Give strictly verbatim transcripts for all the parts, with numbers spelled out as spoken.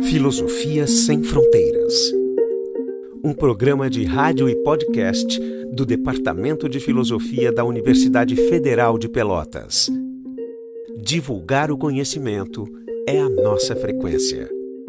Filosofia Sem Fronteiras. Um programa de rádio e podcast do Departamento de Filosofia da Universidade Federal de Pelotas. Divulgar o conhecimento é a nossa frequência.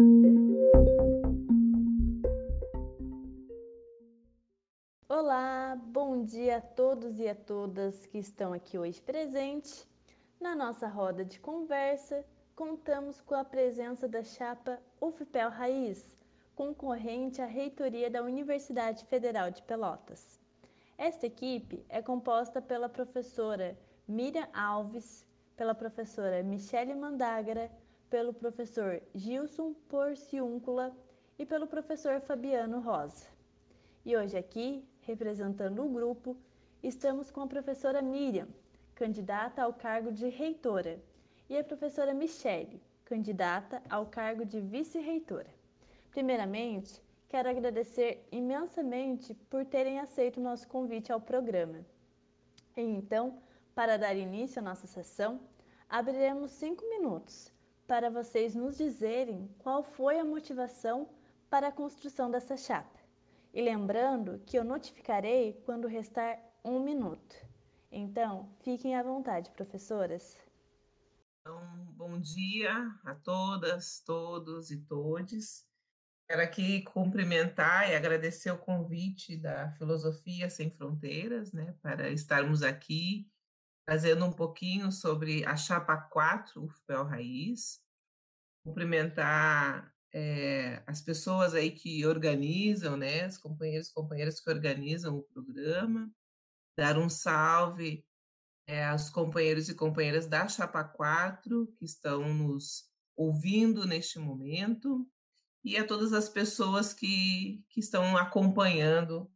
Olá, bom dia a todos e a todas que estão aqui hoje presentes. Na nossa roda de conversa, contamos com a presença da chapa U F P E L Raiz, concorrente à reitoria da Universidade Federal de Pelotas. Esta equipe é composta pela professora Miriam Alves, pela professora Michele Mandágara, pelo professor Gilson Porciúncula e pelo professor Fabiano Rosa. E hoje aqui, representando o grupo, estamos com a professora Miriam, candidata ao cargo de reitora, e a professora Michele, candidata ao cargo de vice-reitora. Primeiramente, quero agradecer imensamente por terem aceito o nosso convite ao programa. E então, para dar início à nossa sessão, abriremos cinco minutos para vocês nos dizerem qual foi a motivação para a construção dessa chapa. E lembrando que eu notificarei quando restar um minuto. Então, fiquem à vontade, professoras. Então, bom dia a todas, todos e todes. Quero aqui cumprimentar e agradecer o convite da Filosofia Sem Fronteiras, né, para estarmos aqui trazendo um pouquinho sobre a Chapa quatro U F P E L Raiz. Cumprimentar é, as pessoas aí que organizam, né, os companheiros e companheiras que organizam o programa. Dar um salve é, aos companheiros e companheiras da Chapa quatro que estão nos ouvindo neste momento e a todas as pessoas que, que estão acompanhando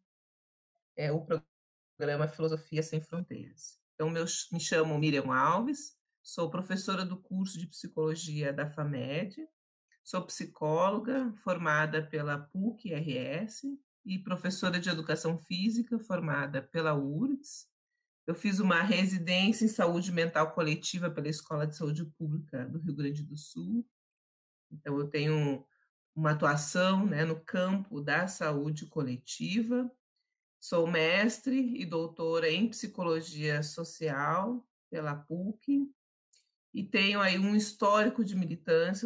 é, o programa Filosofia Sem Fronteiras. Então, meu, me chamo Miriam Alves, sou professora do curso de Psicologia da FAMED, sou psicóloga formada pela P U C-R S e professora de Educação Física formada pela U R G S. Eu fiz uma residência em saúde mental coletiva pela Escola de Saúde Pública do Rio Grande do Sul. Então, eu tenho uma atuação, né, no campo da saúde coletiva. Sou mestre e doutora em psicologia social pela P U C e tenho aí um histórico de militância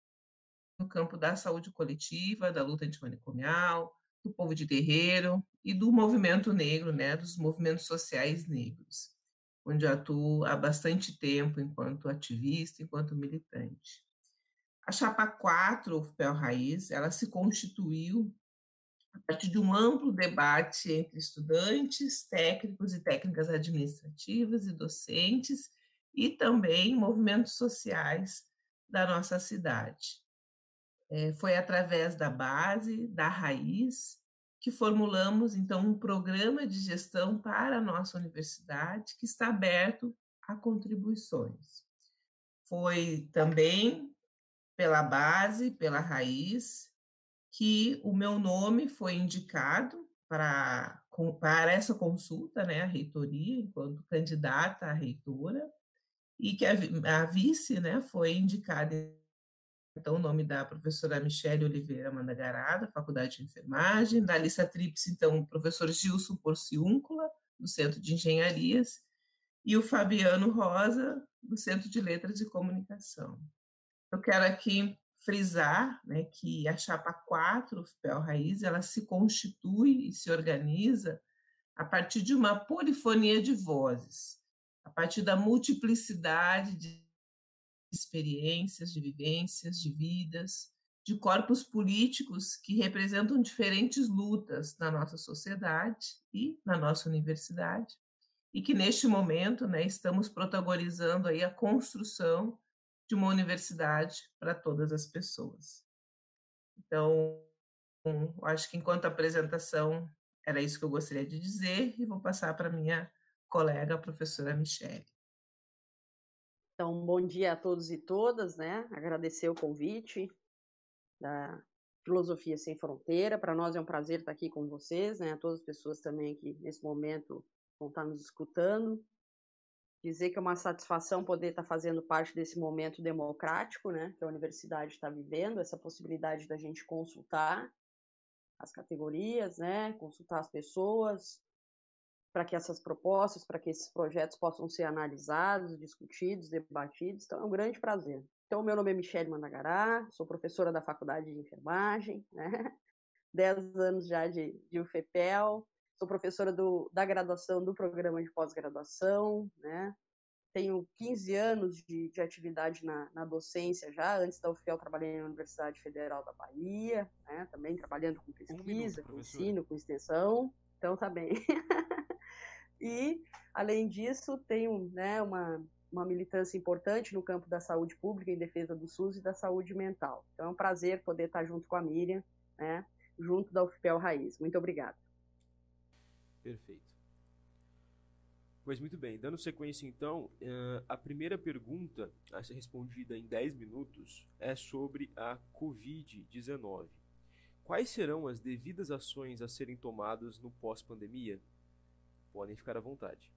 no campo da saúde coletiva, da luta antimanicomial, do povo de terreiro e do movimento negro, né, dos movimentos sociais negros, onde eu atuo há bastante tempo enquanto ativista, enquanto militante. A Chapa quatro, U F P E L Raiz, ela se constituiu a partir de um amplo debate entre estudantes, técnicos e técnicas administrativas e docentes, e também movimentos sociais da nossa cidade. É, foi através da base, da raiz, que formulamos, então, um programa de gestão para a nossa universidade que está aberto a contribuições. Foi também pela base, pela raiz, que o meu nome foi indicado para, para essa consulta, né, a reitoria, enquanto candidata à reitora, e que a, a vice, né, foi indicada, então, o nome da professora Michele Oliveira Mandagará, da Faculdade de Enfermagem, da Alissa Tríplice, então, o professor Gilson Porciúncula, do Centro de Engenharias, e o Fabiano Rosa, do Centro de Letras e Comunicação. Eu quero aqui frisar, né, que a Chapa quatro, U F P E L Raiz, ela se constitui e se organiza a partir de uma polifonia de vozes, a partir da multiplicidade de experiências, de vivências, de vidas, de corpos políticos que representam diferentes lutas na nossa sociedade e na nossa universidade, e que neste momento, né, estamos protagonizando aí a construção de uma universidade para todas as pessoas. Então, acho que enquanto apresentação era isso que eu gostaria de dizer, e vou passar para a minha colega, a professora Michele. Então, bom dia a todos e todas, né? Agradecer o convite da Filosofia Sem Fronteira. Para nós é um prazer estar aqui com vocês, né? A todas as pessoas também que nesse momento vão estar nos escutando. dizer que é uma satisfação poder estar fazendo parte desse momento democrático, né, que a universidade está vivendo, essa possibilidade da gente consultar as categorias, né, consultar as pessoas, para que essas propostas, para que esses projetos possam ser analisados, discutidos, debatidos. Então, é um grande prazer. Então, meu nome é Michele Mandagará, sou professora da Faculdade de Enfermagem, né, dez anos já de, de U F P E L, sou professora do, da graduação do programa de pós-graduação, né? Tenho quinze anos de, de atividade na, na docência já. Antes da U F P E L, trabalhei na Universidade Federal da Bahia, né? Também trabalhando com pesquisa, um minuto, com ensino, com extensão. Então, tá bem. E, além disso, tenho, né, uma, uma militância importante no campo da saúde pública, em defesa do SUS e da saúde mental. Então, é um prazer poder estar junto com a Miriam, né, junto da U F P E L Raiz. Muito obrigada. Perfeito. Pois muito bem, dando sequência então, a primeira pergunta a ser respondida em dez minutos é sobre a covid dezenove. Quais serão as devidas ações a serem tomadas no pós-pandemia? Podem ficar à vontade.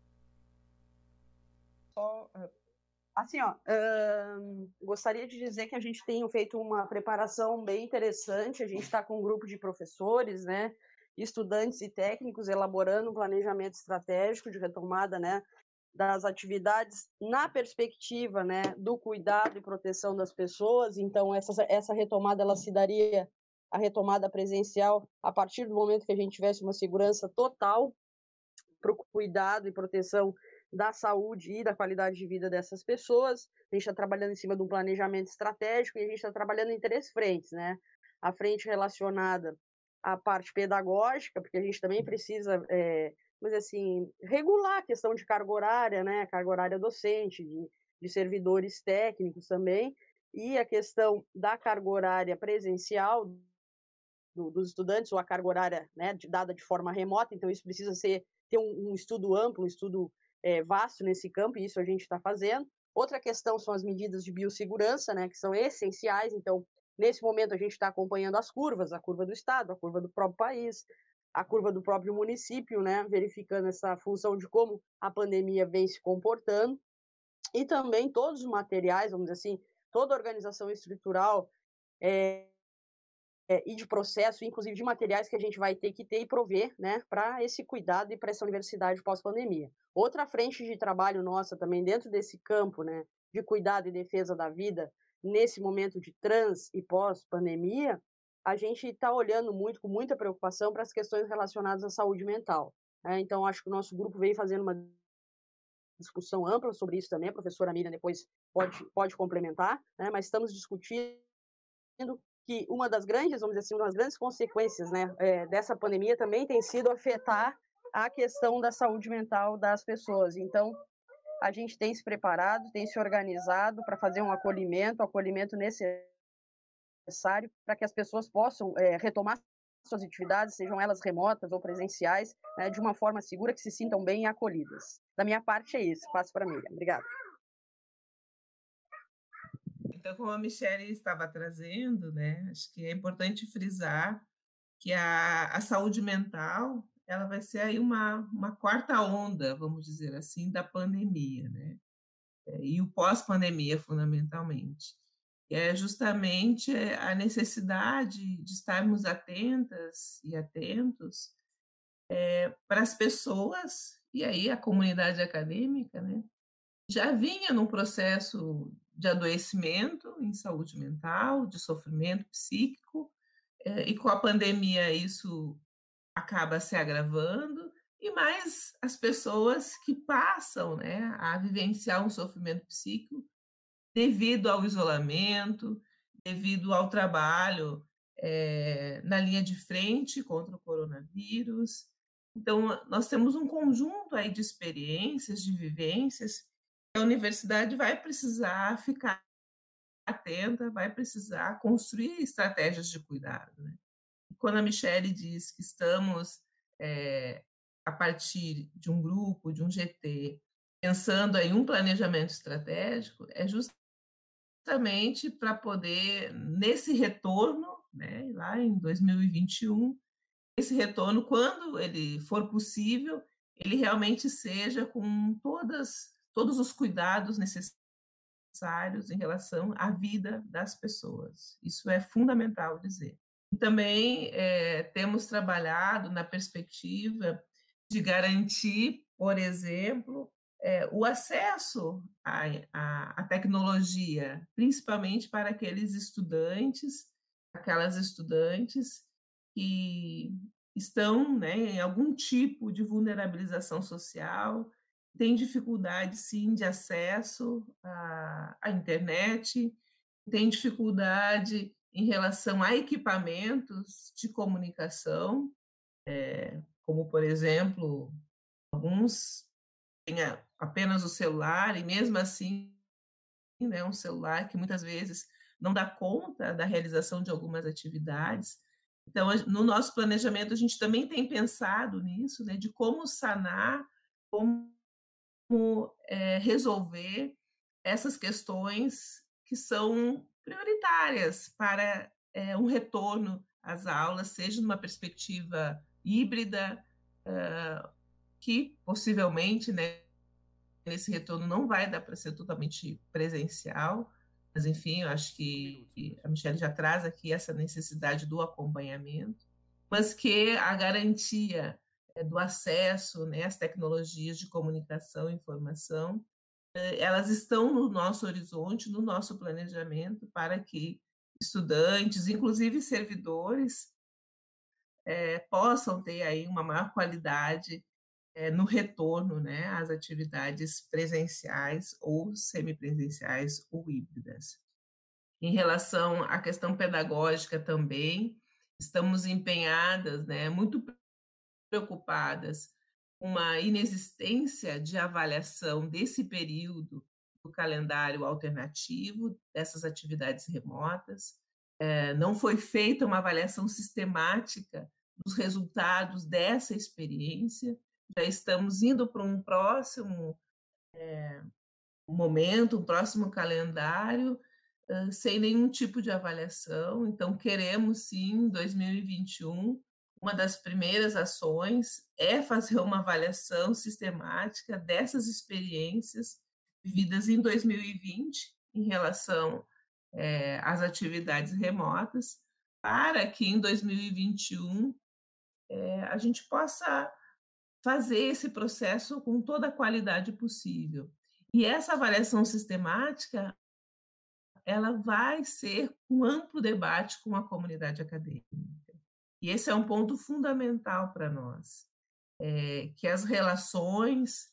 Só, assim, ó, hum, gostaria de dizer que a gente tem feito uma preparação bem interessante. A gente está com um grupo de professores, né, estudantes e técnicos elaborando um planejamento estratégico de retomada, né, das atividades na perspectiva, né, do cuidado e proteção das pessoas. Então, essa, essa retomada ela se daria, a retomada presencial, a partir do momento que a gente tivesse uma segurança total para o cuidado e proteção da saúde e da qualidade de vida dessas pessoas. A gente está trabalhando em cima de um planejamento estratégico e a gente está trabalhando em três frentes, né? A frente relacionada à parte pedagógica, porque a gente também precisa, é, mas assim, regular a questão de carga horária, né? Carga horária docente, de, de servidores técnicos também, e a questão da carga horária presencial do, dos estudantes, ou a carga horária, né, dada de forma remota. Então, isso precisa ser ter um, um estudo amplo, um estudo é, vasto nesse campo, e isso a gente está fazendo. Outra questão são as medidas de biossegurança, né, que são essenciais. Então, nesse momento, a gente está acompanhando as curvas, a curva do Estado, a curva do próprio país, a curva do próprio município, né, verificando essa função de como a pandemia vem se comportando, e também todos os materiais, vamos dizer assim, toda a organização estrutural é, É, e de processo, inclusive de materiais que a gente vai ter que ter e prover, né, para esse cuidado e para essa universidade pós-pandemia. Outra frente de trabalho nossa também dentro desse campo, né, de cuidado e defesa da vida, nesse momento de trans e pós-pandemia, a gente está olhando muito, com muita preocupação, para as questões relacionadas à saúde mental. Né? Então, acho que o nosso grupo veio fazendo uma discussão ampla sobre isso também, a professora Miriam depois pode, pode complementar, né? Mas estamos discutindo que uma das grandes, vamos dizer assim, uma das grandes consequências, né, é, dessa pandemia também tem sido afetar a questão da saúde mental das pessoas. Então, a gente tem se preparado, tem se organizado para fazer um acolhimento, um acolhimento necessário para que as pessoas possam é, retomar suas atividades, sejam elas remotas ou presenciais, né, de uma forma segura, que se sintam bem acolhidas. Da minha parte é isso. Passo para a Miriam. Obrigada. Então, como a Michele estava trazendo, né, acho que é importante frisar que a, a saúde mental ela vai ser aí uma, uma quarta onda, vamos dizer assim, da pandemia, né? E o pós-pandemia, fundamentalmente. É justamente a necessidade de estarmos atentas e atentos é, para as pessoas, e aí a comunidade acadêmica, né, já vinha num processo de adoecimento em saúde mental, de sofrimento psíquico, e com a pandemia isso acaba se agravando, e mais as pessoas que passam, né, a vivenciar um sofrimento psíquico devido ao isolamento, devido ao trabalho é, na linha de frente contra o coronavírus. Então, nós temos um conjunto aí de experiências, de vivências, a universidade vai precisar ficar atenta, vai precisar construir estratégias de cuidado. Né? Quando a Michele diz que estamos, é, a partir de um grupo, de um G T, pensando em um planejamento estratégico, é justamente para poder, nesse retorno, né, lá em dois mil e vinte e um, esse retorno, quando ele for possível, ele realmente seja com todas, todos os cuidados necessários em relação à vida das pessoas. Isso é fundamental dizer. E também é, temos trabalhado na perspectiva de garantir, por exemplo, é, o acesso à, à, à tecnologia, principalmente para aqueles estudantes, aquelas estudantes que estão, né, em algum tipo de vulnerabilização social, têm dificuldade, sim, de acesso à, à internet, têm dificuldade em relação a equipamentos de comunicação, é, como, por exemplo, alguns têm apenas o celular, e mesmo assim, né, um celular que muitas vezes não dá conta da realização de algumas atividades. Então, no nosso planejamento, a gente também tem pensado nisso, né, de como sanar, como é, resolver essas questões que são prioritárias para é, um retorno às aulas, seja numa perspectiva híbrida, uh, que possivelmente, né, esse retorno não vai dar para ser totalmente presencial, mas, enfim, eu acho que a Michelle já traz aqui essa necessidade do acompanhamento, mas que a garantia do acesso, né, às tecnologias de comunicação e informação, elas estão no nosso horizonte, no nosso planejamento, para que estudantes, inclusive servidores, é, possam ter aí uma maior qualidade é, no retorno, né, às atividades presenciais ou semipresenciais ou híbridas. Em relação à questão pedagógica também, estamos empenhadas, né, muito preocupadas com uma inexistência de avaliação desse período do calendário alternativo, dessas atividades remotas. É, não foi feita uma avaliação sistemática dos resultados dessa experiência. Já estamos indo para um próximo é, momento, um próximo calendário, uh, sem nenhum tipo de avaliação. Então, queremos, sim, em dois mil e vinte e um, uma das primeiras ações é fazer uma avaliação sistemática dessas experiências vividas em dois mil e vinte em relação é, às atividades remotas, para que em dois mil e vinte e um é, a gente possa fazer esse processo com toda a qualidade possível. E essa avaliação sistemática, ela vai ser um amplo debate com a comunidade acadêmica. E esse é um ponto fundamental para nós, é, que as relações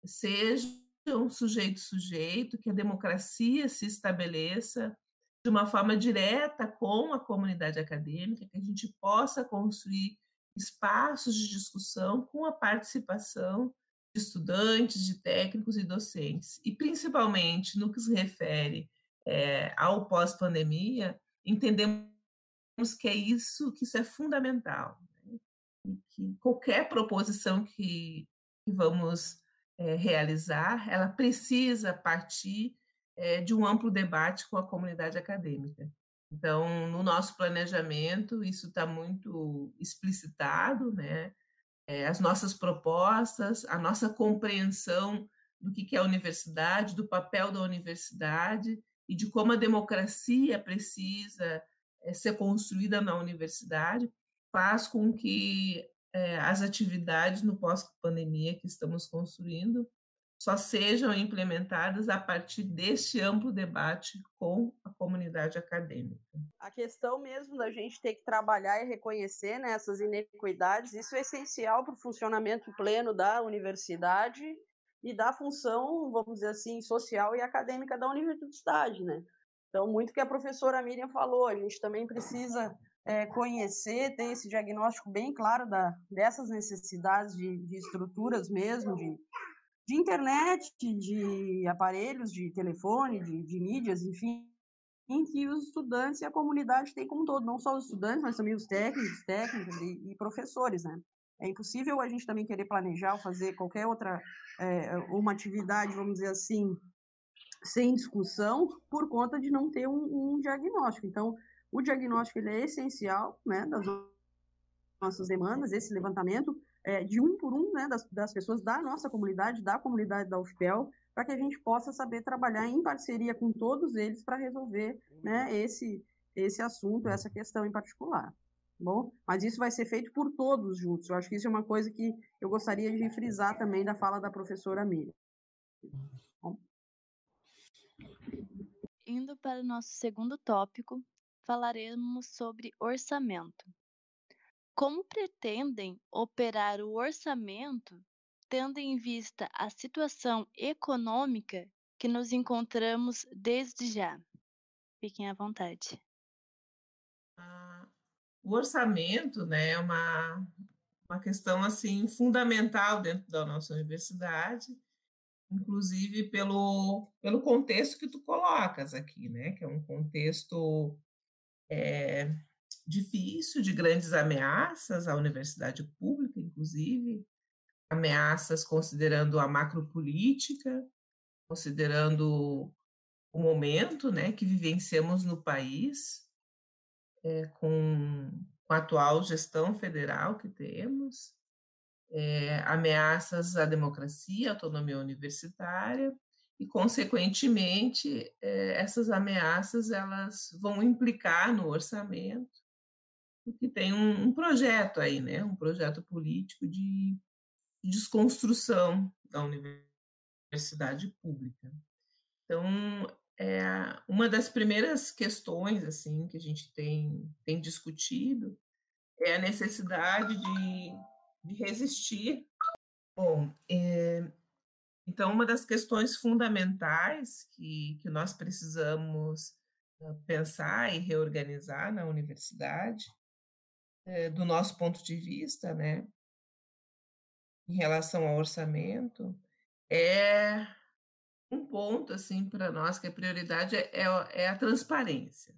sejam sujeito-sujeito, que a democracia se estabeleça de uma forma direta com a comunidade acadêmica, que a gente possa construir espaços de discussão com a participação de estudantes, de técnicos e docentes. E, principalmente, no que se refere é, ao pós-pandemia, entendemos que é isso, que isso é fundamental. Né? E que qualquer proposição que, que vamos é, realizar, ela precisa partir é, de um amplo debate com a comunidade acadêmica. Então, no nosso planejamento, isso está muito explicitado, né? É, as nossas propostas, a nossa compreensão do que é a universidade, do papel da universidade e de como a democracia precisa é, ser construída na universidade, faz com que é, as atividades no pós-pandemia que estamos construindo só sejam implementadas a partir deste amplo debate com a comunidade acadêmica. A questão mesmo da gente ter que trabalhar e reconhecer, né, essas inequidades, isso é essencial para o funcionamento pleno da universidade e da função, vamos dizer assim, social e acadêmica da universidade, né? Então, muito que a professora Miriam falou, a gente também precisa é, conhecer, ter esse diagnóstico bem claro da, dessas necessidades de, de estruturas mesmo, de de internet, de aparelhos, de telefone, de, de mídias, enfim, em que os estudantes e a comunidade têm como um todo, não só os estudantes, mas também os técnicos, técnicas e, e professores, né? É impossível a gente também querer planejar ou fazer qualquer outra, é, uma atividade, vamos dizer assim, sem discussão, por conta de não ter um, um diagnóstico. Então, o diagnóstico ele é essencial, né, das nossas demandas, esse levantamento, é, de um por um, né, das, das pessoas da nossa comunidade, da comunidade da U F P E L, para que a gente possa saber trabalhar em parceria com todos eles para resolver, né, esse, esse assunto, essa questão em particular. Bom, mas isso vai ser feito por todos juntos. Eu acho que isso é uma coisa que eu gostaria de frisar também da fala da professora Miriam. Bom. Indo para o nosso segundo tópico, falaremos sobre orçamento. Como pretendem operar o orçamento, tendo em vista a situação econômica que nos encontramos desde já? Fiquem à vontade. Ah, o orçamento, né, é uma, uma questão assim, fundamental dentro da nossa universidade, inclusive pelo, pelo contexto que tu colocas aqui, né, que é um contexto é, difícil, de grandes ameaças à universidade pública, inclusive, ameaças considerando a macropolítica, considerando o momento, né, que vivenciamos no país, é, com, com a atual gestão federal que temos, é, ameaças à democracia, à autonomia universitária, e, consequentemente, é, essas ameaças elas vão implicar no orçamento, porque tem um, um projeto aí, né, um projeto político de desconstrução da universidade pública. Então, é uma das primeiras questões assim que a gente tem, tem discutido é a necessidade de, de resistir. Bom, é, então, uma das questões fundamentais que, que nós precisamos pensar e reorganizar na universidade, é, do nosso ponto de vista, né, em relação ao orçamento, é um ponto assim para nós que a prioridade é, é a transparência.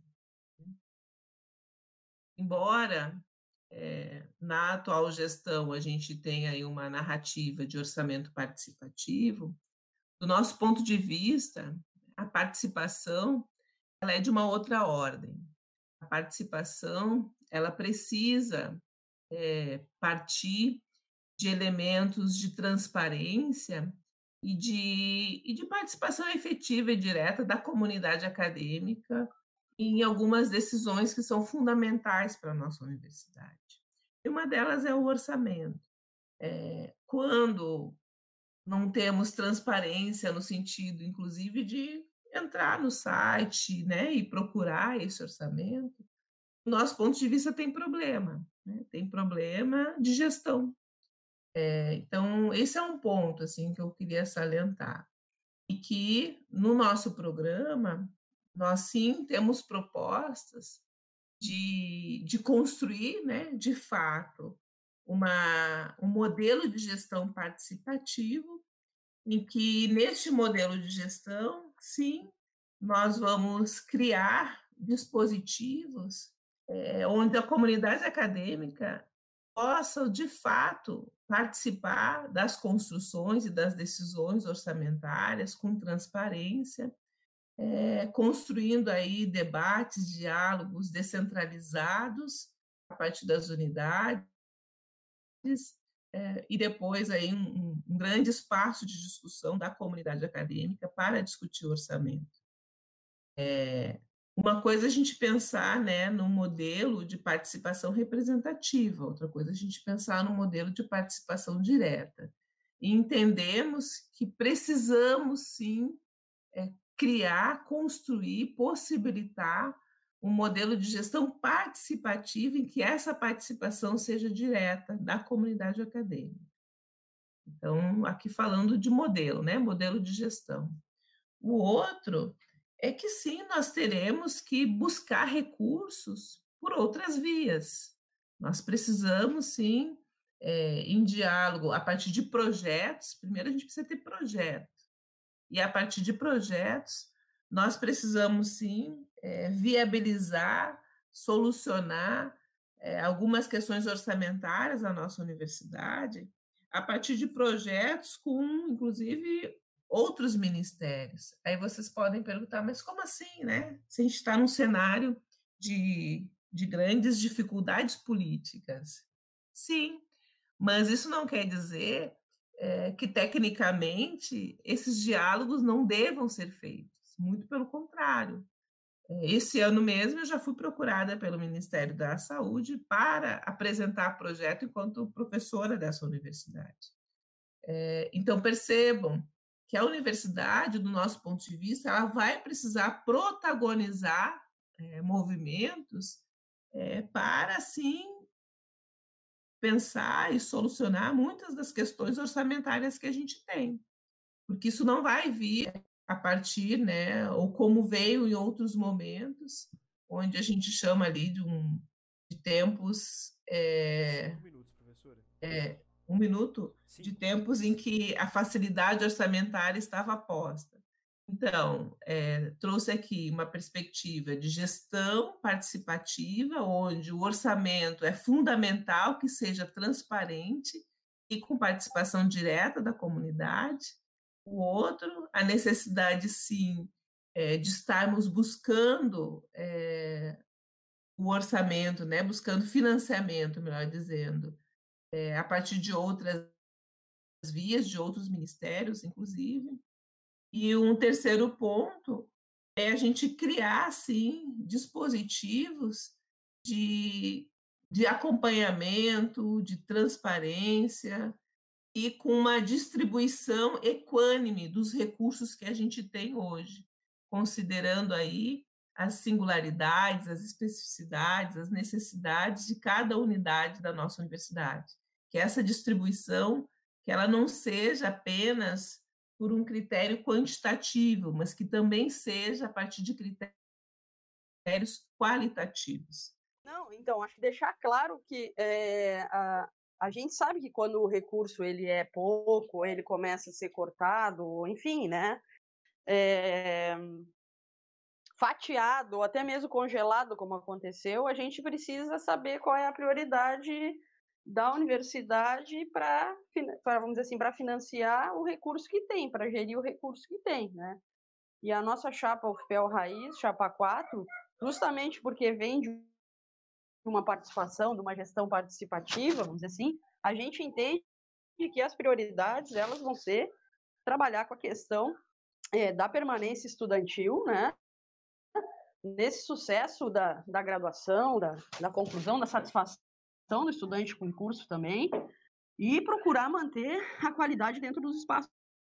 Embora é, na atual gestão a gente tenha aí uma narrativa de orçamento participativo, do nosso ponto de vista, a participação ela é de uma outra ordem. A participação ela precisa é, partir de elementos de transparência e de, e de participação efetiva e direta da comunidade acadêmica em algumas decisões que são fundamentais para a nossa universidade. E uma delas é o orçamento. É, quando não temos transparência no sentido, inclusive, de entrar no site, né, e procurar esse orçamento, do nosso ponto de vista tem problema, né? Tem problema de gestão. É, então, esse é um ponto assim, que eu queria salientar. E que, no nosso programa, nós sim temos propostas de, de construir, né, de fato, uma, um modelo de gestão participativo, em que, neste modelo de gestão, sim, nós vamos criar dispositivos é, onde a comunidade acadêmica possa, de fato, participar das construções e das decisões orçamentárias com transparência, é, construindo aí debates, diálogos descentralizados a partir das unidades, é, e depois aí um, um grande espaço de discussão da comunidade acadêmica para discutir o orçamento. É, uma coisa é a gente pensar, né, no modelo de participação representativa, outra coisa é a gente pensar no modelo de participação direta. E entendemos que precisamos, sim, é, criar, construir, possibilitar um modelo de gestão participativa em que essa participação seja direta da comunidade acadêmica. Então, aqui falando de modelo, né, modelo de gestão. O outro é que sim, nós teremos que buscar recursos por outras vias. Nós precisamos, sim, é, em diálogo, a partir de projetos. Primeiro, a gente precisa ter projeto. E, a partir de projetos, nós precisamos, sim, é, viabilizar, solucionar é, algumas questões orçamentárias da nossa universidade, a partir de projetos com, inclusive, outros ministérios. Aí vocês podem perguntar, mas como assim, né? Se a gente está num cenário de, de grandes dificuldades políticas. Sim, Mas isso não quer dizer é, que, tecnicamente, esses diálogos não devam ser feitos. Muito pelo contrário. Esse ano mesmo, eu já fui procurada pelo Ministério da Saúde para apresentar projeto enquanto professora dessa universidade. É, então, percebam que a universidade, do nosso ponto de vista, ela vai precisar protagonizar é, movimentos é, para, assim, pensar e solucionar muitas das questões orçamentárias que a gente tem. Porque isso não vai vir a partir, né, ou como veio em outros momentos, onde a gente chama ali de, um, de tempos... É, Cinco minutos, professora. É, um minuto Sim. De tempos em que a facilidade orçamentária estava posta. Então, é, trouxe aqui uma perspectiva de gestão participativa, onde o orçamento é fundamental que seja transparente e com participação direta da comunidade. O outro, a necessidade, sim, é, de estarmos buscando é, o orçamento, né, buscando financiamento, melhor dizendo, é, a partir de outras vias, de outros ministérios, inclusive. E um terceiro ponto é a gente criar, assim, dispositivos de, de acompanhamento, de transparência e com uma distribuição equânime dos recursos que a gente tem hoje, considerando aí as singularidades, as especificidades, as necessidades de cada unidade da nossa universidade. Que essa distribuição, que ela não seja apenas por um critério quantitativo, mas que também seja a partir de critérios qualitativos. Não, então, acho que deixar claro que é, a, a gente sabe que quando o recurso ele é pouco, ele começa a ser cortado, enfim, né? É, fatiado ou até mesmo congelado, como aconteceu, a gente precisa saber qual é a prioridade da universidade para, vamos dizer assim, para financiar o recurso que tem, para gerir o recurso que tem, né? E a nossa chapa U F P E L Raiz, chapa quatro, justamente porque vem de uma participação, de uma gestão participativa, vamos dizer assim, a gente entende que as prioridades elas vão ser trabalhar com a questão é, da permanência estudantil, né? Nesse sucesso da, da graduação, da, da conclusão, da satisfação do estudante com o curso também, e procurar manter a qualidade dentro dos espaços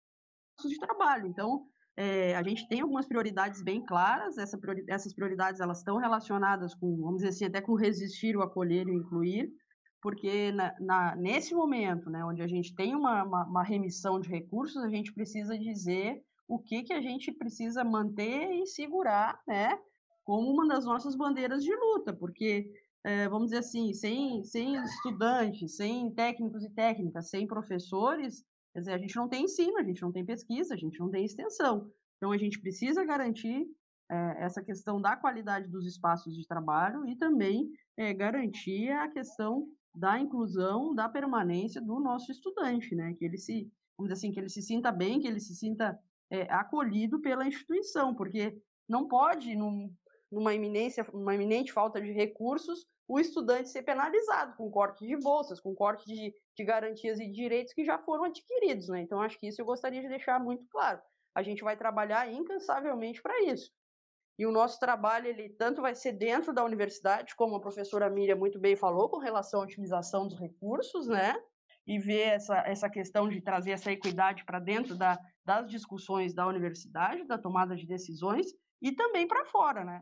de trabalho. Então, é, a gente tem algumas prioridades bem claras, essa priori, essas prioridades elas estão relacionadas com, vamos dizer assim, até com resistir, o acolher e o incluir, porque na, na, nesse momento, né, onde a gente tem uma, uma, uma remissão de recursos, a gente precisa dizer o que, que a gente precisa manter e segurar, né, como uma das nossas bandeiras de luta, porque, é, vamos dizer assim, sem, sem estudantes, sem técnicos e técnicas, sem professores, quer dizer, a gente não tem ensino, a gente não tem pesquisa, a gente não tem extensão. Então, a gente precisa garantir é, essa questão da qualidade dos espaços de trabalho e também é, garantir a questão da inclusão, da permanência do nosso estudante, né? Que ele se, vamos dizer assim, que ele se sinta bem, que ele se sinta é, acolhido pela instituição, porque não pode, num, numa iminência, uma iminente falta de recursos, o estudante ser penalizado com corte de bolsas, com corte de, de garantias e direitos que já foram adquiridos, né? Então, acho que isso eu gostaria de deixar muito claro. A gente vai trabalhar incansavelmente para isso. E o nosso trabalho, ele tanto vai ser dentro da universidade, como a professora Miriam muito bem falou, com relação à otimização dos recursos, né? E ver essa, essa questão de trazer essa equidade para dentro da, das discussões da universidade, da tomada de decisões, e também para fora, né?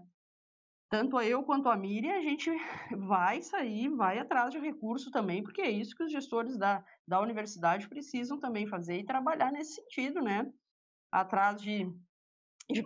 Tanto eu quanto a Miriam, a gente vai sair, vai atrás de recurso também, porque é isso que os gestores da, da universidade precisam também fazer e trabalhar nesse sentido, né? Atrás de, de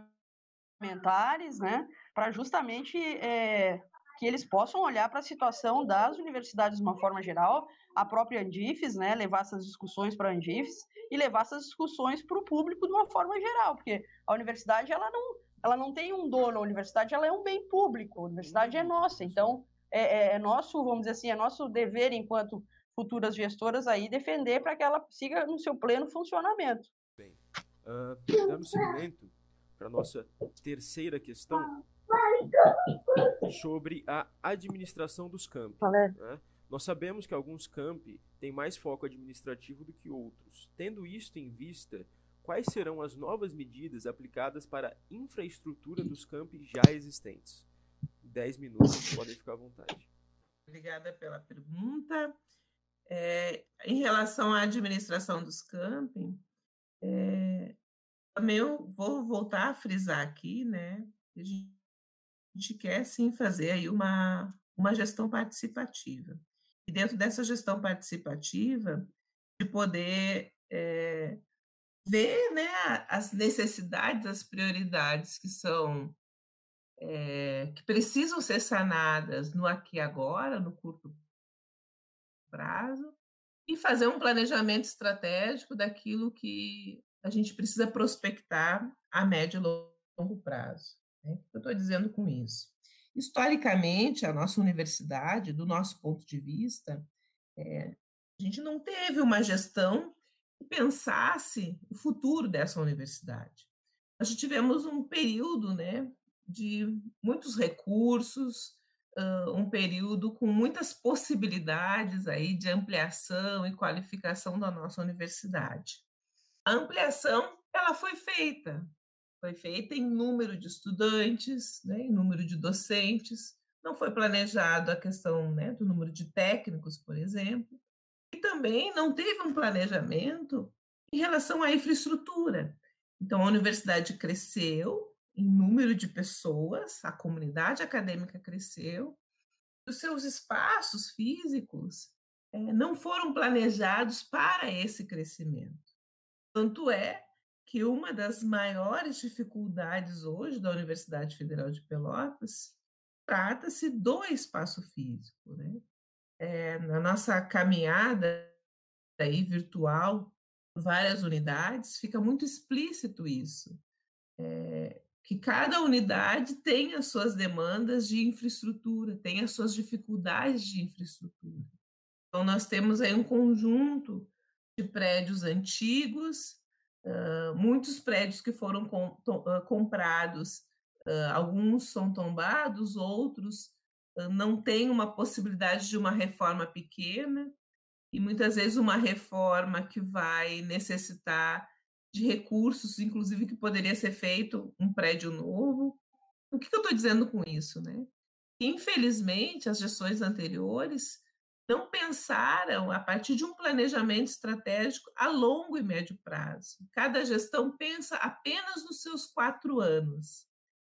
parlamentares, né? Para justamente é, que eles possam olhar para a situação das universidades de uma forma geral, a própria Andifes, né? Levar essas discussões para a Andifes e levar essas discussões para o público de uma forma geral, porque a universidade, ela não... ela não tem um dono, a universidade ela é um bem público, a universidade é nossa, então é, é nosso, vamos dizer assim, é nosso dever enquanto futuras gestoras aí defender para que ela siga no seu pleno funcionamento. Bem, uh, dando seguimento para a nossa terceira questão sobre a administração dos campos. Né? Nós sabemos que alguns campi têm mais foco administrativo do que outros. Tendo isto em vista, quais serão as novas medidas aplicadas para a infraestrutura dos campi já existentes? Dez minutos, podem ficar à vontade. Obrigada pela pergunta. É, em relação à administração dos campi, é, também eu vou voltar a frisar aqui, né? A gente quer sim fazer aí uma, uma gestão participativa. E dentro dessa gestão participativa, de poder é, ver, né, as necessidades, as prioridades que são é, que precisam ser sanadas no aqui e agora, no curto prazo, e fazer um planejamento estratégico daquilo que a gente precisa prospectar a médio e longo prazo. Né? O que eu estou dizendo com isso? Historicamente, a nossa universidade, do nosso ponto de vista, é, a gente não teve uma gestão que pensasse o futuro dessa universidade. Nós já tivemos um período, né, de muitos recursos, uh, um período com muitas possibilidades aí de ampliação e qualificação da nossa universidade. A ampliação ela foi feita, foi feita em número de estudantes, né, em número de docentes, não foi planejado a questão, né, do número de técnicos, por exemplo, e também não teve um planejamento em relação à infraestrutura. Então, a universidade cresceu em número de pessoas, a comunidade acadêmica cresceu, os seus espaços físicos eh, não foram planejados para esse crescimento. Tanto é que uma das maiores dificuldades hoje da Universidade Federal de Pelotas trata-se do espaço físico, né? É, na nossa caminhada aí virtual, várias unidades, fica muito explícito isso, é, que cada unidade tem as suas demandas de infraestrutura, tem as suas dificuldades de infraestrutura. Então, nós temos aí um conjunto de prédios antigos, uh, muitos prédios que foram com, to, uh, comprados, uh, alguns são tombados, outros uh, não têm uma possibilidade de uma reforma pequena, e muitas vezes uma reforma que vai necessitar de recursos, inclusive que poderia ser feito um prédio novo. O que eu estou dizendo com isso, né? Infelizmente, as gestões anteriores não pensaram a partir de um planejamento estratégico a longo e médio prazo. Cada gestão pensa apenas nos seus quatro anos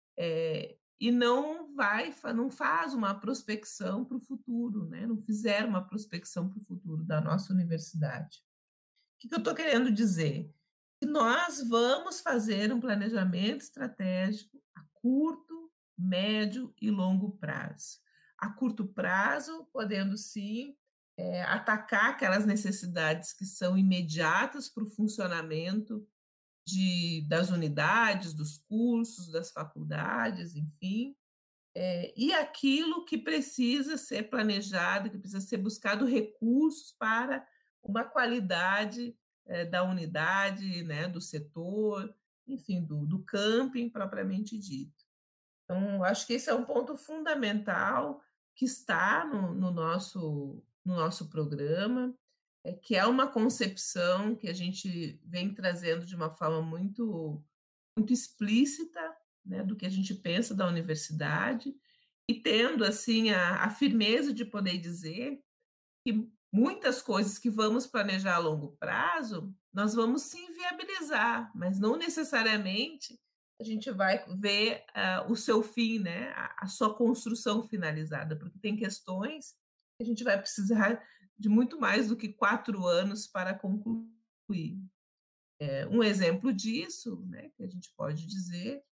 é, e não vai, não faz uma prospecção para o futuro, né? Não fizeram uma prospecção para o futuro da nossa universidade. O que eu estou querendo dizer? Que nós vamos fazer um planejamento estratégico a curto, médio e longo prazo. A curto prazo, podendo sim é, atacar aquelas necessidades que são imediatas para o funcionamento de, das unidades, dos cursos, das faculdades, enfim, é, e aquilo que precisa ser planejado, que precisa ser buscado recursos para uma qualidade é, da unidade, né, do setor, enfim, do, do camping propriamente dito. Então, acho que esse é um ponto fundamental que está no, no, nosso, no nosso programa, é, que é uma concepção que a gente vem trazendo de uma forma muito, muito explícita, né, do que a gente pensa da universidade, e tendo assim a, a firmeza de poder dizer que muitas coisas que vamos planejar a longo prazo, nós vamos sim viabilizar, mas não necessariamente a gente vai ver uh, o seu fim, né, a, a sua construção finalizada, porque tem questões que a gente vai precisar de muito mais do que quatro anos para concluir. É, um exemplo disso, né, que a gente pode dizer,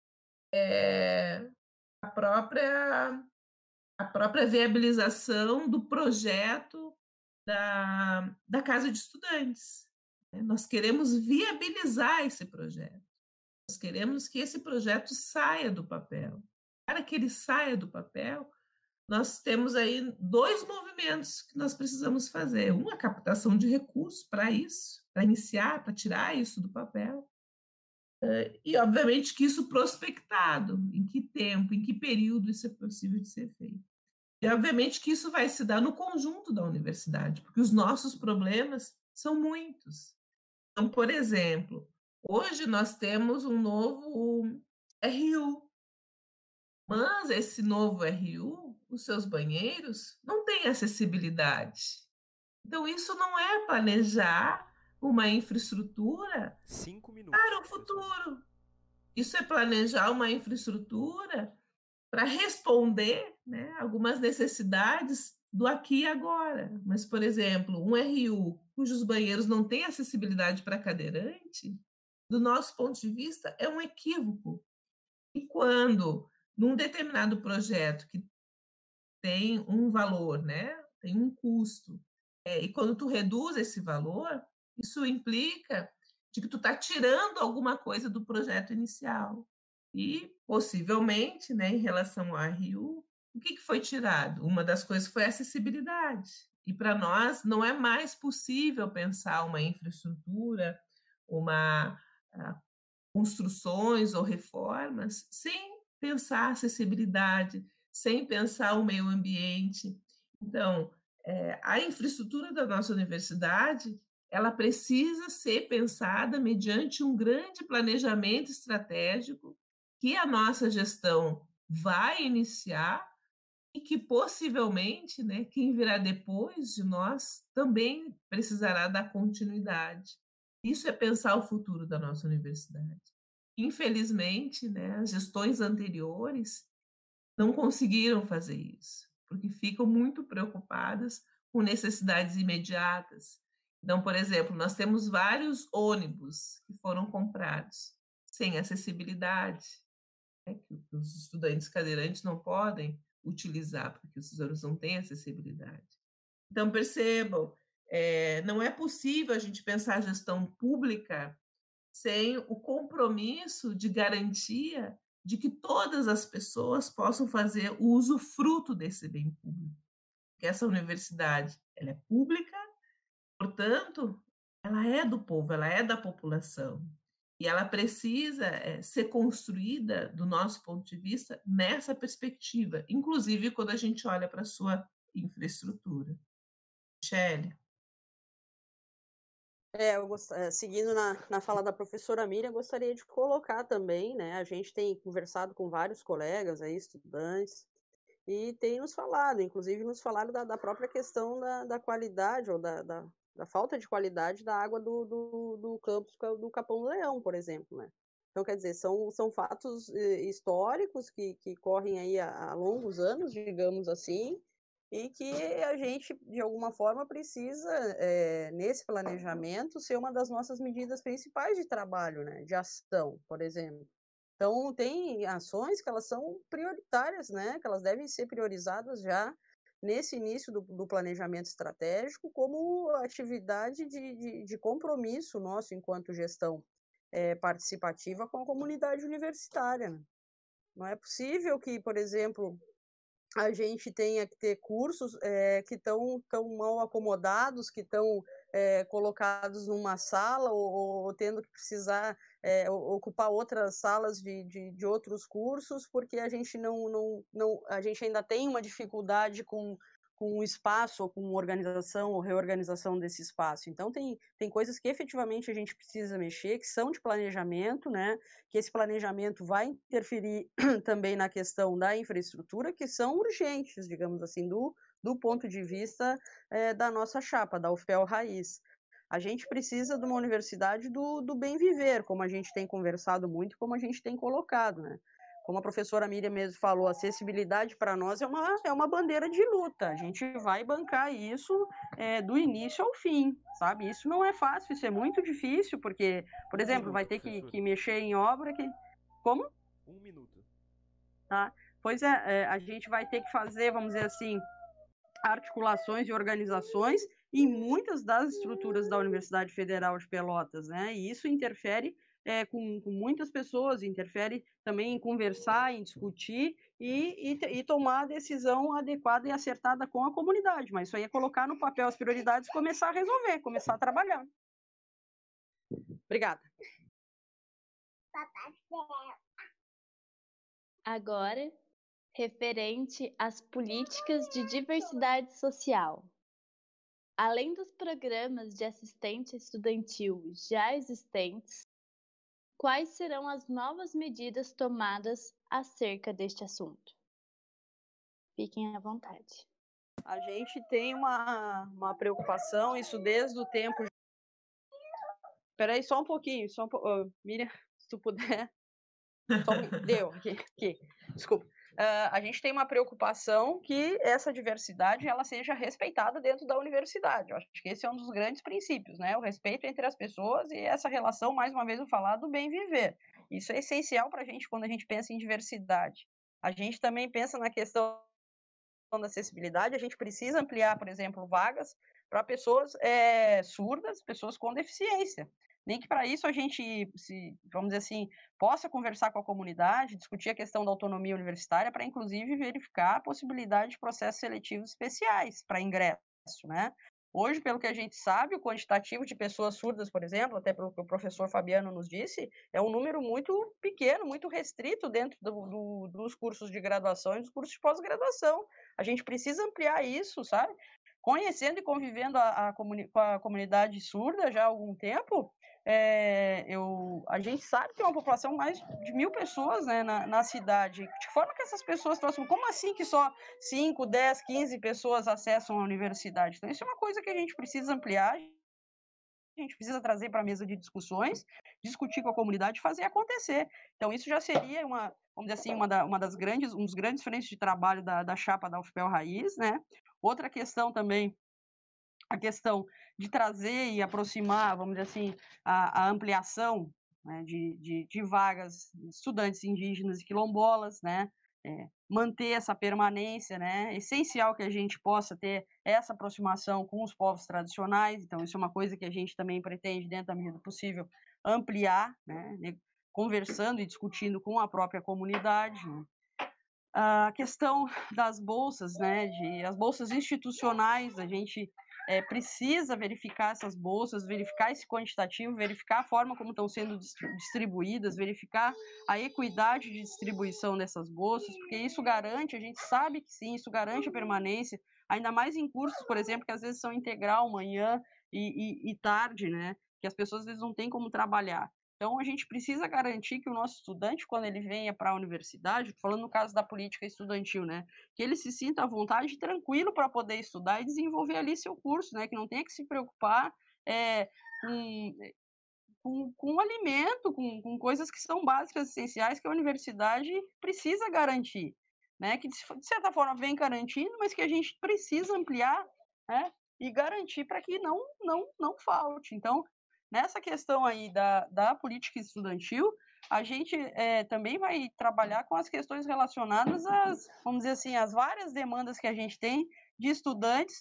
é a própria, a própria viabilização do projeto da, da Casa de Estudantes. Nós queremos viabilizar esse projeto. Nós queremos que esse projeto saia do papel. Para que ele saia do papel, nós temos aí dois movimentos que nós precisamos fazer. Um, a captação de recursos para isso, para iniciar, para tirar isso do papel. E, obviamente, que isso prospectado, em que tempo, em que período isso é possível de ser feito. E, obviamente, que isso vai se dar no conjunto da universidade, porque os nossos problemas são muitos. Então, por exemplo, hoje nós temos um novo R U, mas esse novo R U, os seus banheiros, não têm acessibilidade. Então, isso não é planejar uma infraestrutura Cinco minutos, para o professor. futuro. Isso é planejar uma infraestrutura para responder, né, algumas necessidades do aqui e agora. Mas, por exemplo, um R U cujos banheiros não têm acessibilidade para cadeirante, do nosso ponto de vista, é um equívoco. E quando, num determinado projeto que tem um valor, né, tem um custo, é, e quando tu reduz esse valor, isso implica de que tu está tirando alguma coisa do projeto inicial. E, possivelmente, né, em relação ao R U, o que, que foi tirado? Uma das coisas foi a acessibilidade. E para nós não é mais possível pensar uma infraestrutura, uma a, construções ou reformas sem pensar a acessibilidade, sem pensar o meio ambiente. Então, é, a infraestrutura da nossa universidade, ela precisa ser pensada mediante um grande planejamento estratégico que a nossa gestão vai iniciar e que possivelmente, né, quem virá depois de nós também precisará dar continuidade. Isso é pensar o futuro da nossa universidade. Infelizmente, né, as gestões anteriores não conseguiram fazer isso, porque ficam muito preocupadas com necessidades imediatas. Então, por exemplo, nós temos vários ônibus que foram comprados sem acessibilidade, né, que os estudantes cadeirantes não podem utilizar, porque os ônibus não têm acessibilidade. Então, percebam, é, não é possível a gente pensar a gestão pública sem o compromisso de garantia de que todas as pessoas possam fazer o usufruto desse bem público. Porque essa universidade, ela é pública, portanto, ela é do povo, ela é da população. E ela precisa é, ser construída, do nosso ponto de vista, nessa perspectiva, inclusive quando a gente olha para a sua infraestrutura. Michele? É, eu gost... seguindo na, na fala da professora Miriam, gostaria de colocar também, né? A gente tem conversado com vários colegas aí, estudantes, e tem nos falado, inclusive nos falaram da, da própria questão da, da qualidade, ou da, da, da falta de qualidade da água do, do, do campus do Capão do Leão, por exemplo, né? Então, quer dizer, são, são fatos eh, históricos que, que correm aí há, há longos anos, digamos assim, e que a gente, de alguma forma, precisa, é, nesse planejamento, ser uma das nossas medidas principais de trabalho, né, de ação, por exemplo. Então, tem ações que elas são prioritárias, né, que elas devem ser priorizadas já nesse início do, do planejamento estratégico como atividade de, de, de compromisso nosso enquanto gestão é, participativa com a comunidade universitária, né? Não é possível que, por exemplo, a gente tenha que ter cursos é, que estão tão mal acomodados, que estão é, colocados numa sala ou, ou tendo que precisar é, ocupar outras salas de, de, de outros cursos, porque a gente não, não, não a gente ainda tem uma dificuldade com com o espaço, ou com organização, ou reorganização desse espaço. Então, tem, tem coisas que efetivamente a gente precisa mexer, que são de planejamento, né? Que esse planejamento vai interferir também na questão da infraestrutura, que são urgentes, digamos assim, do, do ponto de vista é, da nossa chapa, da U F P E L Raiz. A gente precisa de uma universidade do, do bem viver, como a gente tem conversado muito, como a gente tem colocado, né? Como a professora Miriam mesmo falou, acessibilidade para nós é uma, é uma bandeira de luta. A gente vai bancar isso é, do início ao fim, sabe? Isso não é fácil, isso é muito difícil, porque, por exemplo, Um minuto, vai ter que, professor. que mexer em obra que... Como? Um minuto. Tá? Pois é, é, a gente vai ter que fazer, vamos dizer assim, articulações e organizações em muitas das estruturas da Universidade Federal de Pelotas, né? E isso interfere é, com, com muitas pessoas, interfere também em conversar, em discutir e, e, e tomar a decisão adequada e acertada com a comunidade. Mas isso aí é colocar no papel as prioridades e começar a resolver, começar a trabalhar. Obrigada. Agora referente às políticas de diversidade social. Além dos programas de assistente estudantil já existentes, quais serão as novas medidas tomadas acerca deste assunto? Fiquem à vontade. A gente tem uma, uma preocupação, isso desde o tempo... Espera aí só um pouquinho, só um po... uh, Miriam, se tu puder... Só um... Deu, aqui, aqui. Desculpa. Uh, a gente tem uma preocupação que essa diversidade ela seja respeitada dentro da universidade. Eu acho que esse é um dos grandes princípios, né? O respeito entre as pessoas e essa relação, mais uma vez, eu falar do bem viver. Isso é essencial para a gente quando a gente pensa em diversidade. A gente também pensa na questão da acessibilidade, a gente precisa ampliar, por exemplo, vagas para pessoas é, surdas, pessoas com deficiência. Nem que para isso a gente, se, vamos dizer assim, possa conversar com a comunidade, discutir a questão da autonomia universitária, para inclusive verificar a possibilidade de processos seletivos especiais para ingresso, né? Hoje, pelo que a gente sabe, o quantitativo de pessoas surdas, por exemplo, até pelo que o professor Fabiano nos disse, é um número muito pequeno, muito restrito dentro do, do, dos cursos de graduação e dos cursos de pós-graduação. A gente precisa ampliar isso, sabe? Conhecendo e convivendo a, a comuni- com a comunidade surda já há algum tempo, é, eu, a gente sabe que tem uma população mais de mil pessoas, né, na, na cidade. De forma que essas pessoas estão assim, como assim que só cinco, dez, quinze pessoas acessam a universidade? Então, isso é uma coisa que a gente precisa ampliar, a gente precisa trazer para a mesa de discussões, discutir com a comunidade e fazer acontecer. Então, isso já seria uma, vamos dizer assim, uma, da, uma das grandes, um dos grandes frentes de trabalho da, da chapa da U F P E L Raiz, né? Outra questão também, a questão de trazer e aproximar, vamos dizer assim, a, a ampliação, né, de, de, de vagas de estudantes indígenas e quilombolas, né? É, manter essa permanência, né? É essencial que a gente possa ter essa aproximação com os povos tradicionais, então isso é uma coisa que a gente também pretende, dentro da medida do possível, ampliar, né? Conversando e discutindo com a própria comunidade, né? A questão das bolsas, né? De, as bolsas institucionais, a gente é, precisa verificar essas bolsas, verificar esse quantitativo, verificar a forma como estão sendo distribuídas, verificar a equidade de distribuição dessas bolsas, porque isso garante, a gente sabe que sim, isso garante a permanência, ainda mais em cursos, por exemplo, que às vezes são integral, manhã e, e, e tarde, né? Que as pessoas às vezes não têm como trabalhar. Então, a gente precisa garantir que o nosso estudante, quando ele venha para a universidade, falando no caso da política estudantil, né, que ele se sinta à vontade e tranquilo para poder estudar e desenvolver ali seu curso, né, que não tenha que se preocupar é, com, com, com alimento, com, com coisas que são básicas, essenciais, que a universidade precisa garantir, né, que de certa forma vem garantindo, mas que a gente precisa ampliar, né, e garantir para que não, não, não falte. Então, nessa questão aí da, da política estudantil, a gente é, também vai trabalhar com as questões relacionadas às, vamos dizer assim, às várias demandas que a gente tem de estudantes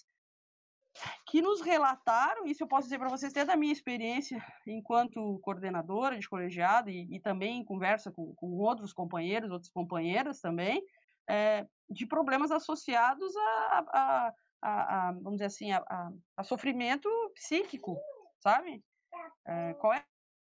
que nos relataram, isso eu posso dizer para vocês até da minha experiência enquanto coordenadora de colegiado e, e também em conversa com, com outros companheiros, outras companheiras também, é, de problemas associados a, a, a, a vamos dizer assim, a, a, a sofrimento psíquico, sabe? É, qual é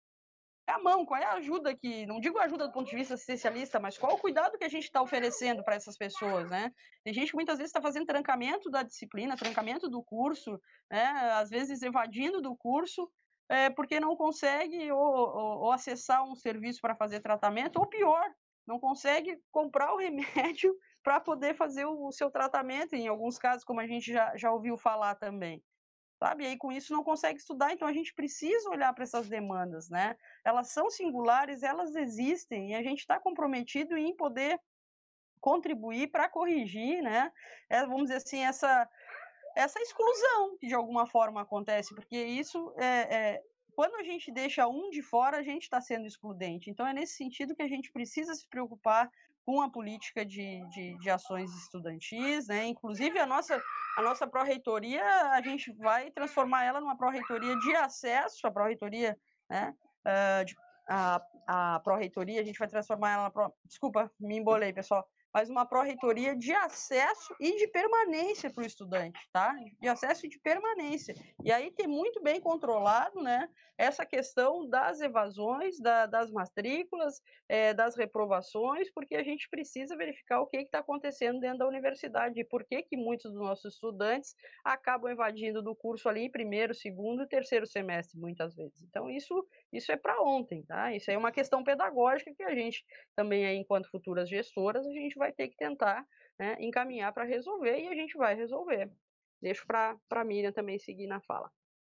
a mão, qual é a ajuda que, não digo ajuda do ponto de vista assistencialista, mas qual o cuidado que a gente está oferecendo para essas pessoas, né? Tem gente que muitas vezes está fazendo trancamento da disciplina, trancamento do curso, né? Às vezes evadindo do curso, é, porque não consegue ou, ou, ou acessar um serviço para fazer tratamento, ou pior, não consegue comprar o remédio para poder fazer o, o seu tratamento, em alguns casos, como a gente já, já ouviu falar também. Sabe? E aí, com isso, não consegue estudar, então a gente precisa olhar para essas demandas, né? Elas são singulares, elas existem, e a gente está comprometido em poder contribuir para corrigir, né? É, vamos dizer assim, essa, essa exclusão que de alguma forma acontece, porque isso é, é quando a gente deixa um de fora, a gente está sendo excludente. Então, é nesse sentido que a gente precisa se preocupar com a política de, de, de ações estudantis, né? Inclusive, a nossa, a nossa pró-reitoria, a gente vai transformar ela numa pró-reitoria de acesso, a pró-reitoria, né? Uh, de, a, a pró-reitoria, a gente vai transformar ela na pró... Desculpa, me embolei, pessoal. faz uma pró-reitoria de acesso e de permanência para o estudante, tá? De acesso e de permanência. E aí tem muito bem controlado, né, essa questão das evasões, da, das matrículas, é, das reprovações, porque a gente precisa verificar o que está acontecendo dentro da universidade e por que que muitos dos nossos estudantes acabam evadindo do curso ali em primeiro, segundo e terceiro semestre, muitas vezes. Então, isso, isso é para ontem, tá? Isso é uma questão pedagógica que a gente também, aí, enquanto futuras gestoras, a gente vai ter que tentar, né, encaminhar para resolver e a gente vai resolver. Deixo para a Miriam também seguir na fala.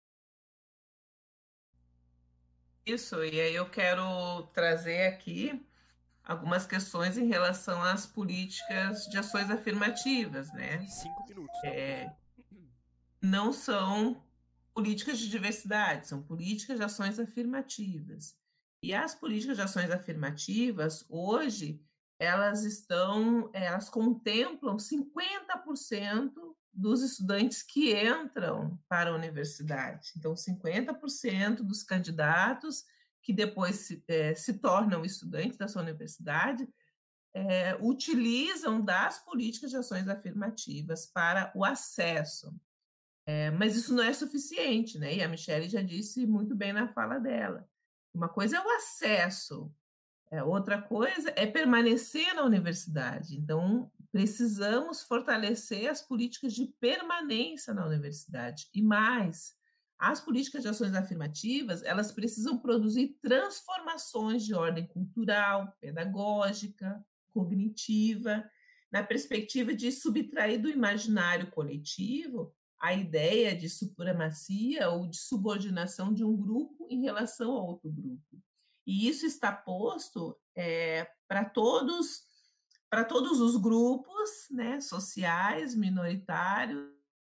Isso, e aí eu quero trazer aqui algumas questões em relação às políticas de ações afirmativas, né? Cinco minutos, tá, é, não são políticas de diversidade, são políticas de ações afirmativas. E as políticas de ações afirmativas, hoje, elas estão, elas contemplam cinquenta por cento dos estudantes que entram para a universidade. Então, cinquenta por cento dos candidatos que depois se, é, se tornam estudantes da sua universidade é, utilizam das políticas de ações afirmativas para o acesso. É, mas isso não é suficiente, né? E a Michelle já disse muito bem na fala dela. Uma coisa é o acesso, é, outra coisa é permanecer na universidade. Então, precisamos fortalecer as políticas de permanência na universidade. E mais, as políticas de ações afirmativas, elas precisam produzir transformações de ordem cultural, pedagógica, cognitiva, na perspectiva de subtrair do imaginário coletivo a ideia de supremacia ou de subordinação de um grupo em relação a outro grupo. E isso está posto é, para todos, para todos os grupos, né, sociais, minoritários,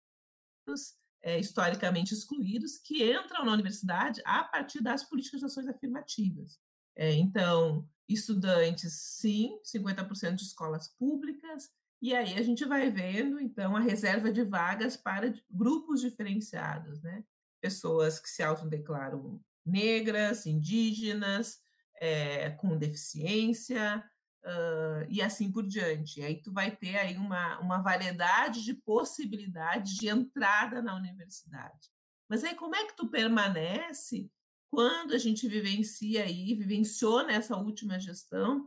é, historicamente excluídos, que entram na universidade a partir das políticas de ações afirmativas. É, então, estudantes, sim, cinquenta por cento de escolas públicas, e aí a gente vai vendo, então, a reserva de vagas para grupos diferenciados, né? Pessoas que se autodeclaram negras, indígenas, é, com deficiência, uh, e assim por diante. E aí tu vai ter aí uma, uma variedade de possibilidades de entrada na universidade. Mas aí como é que tu permanece quando a gente vivencia aí, vivenciou nessa última gestão,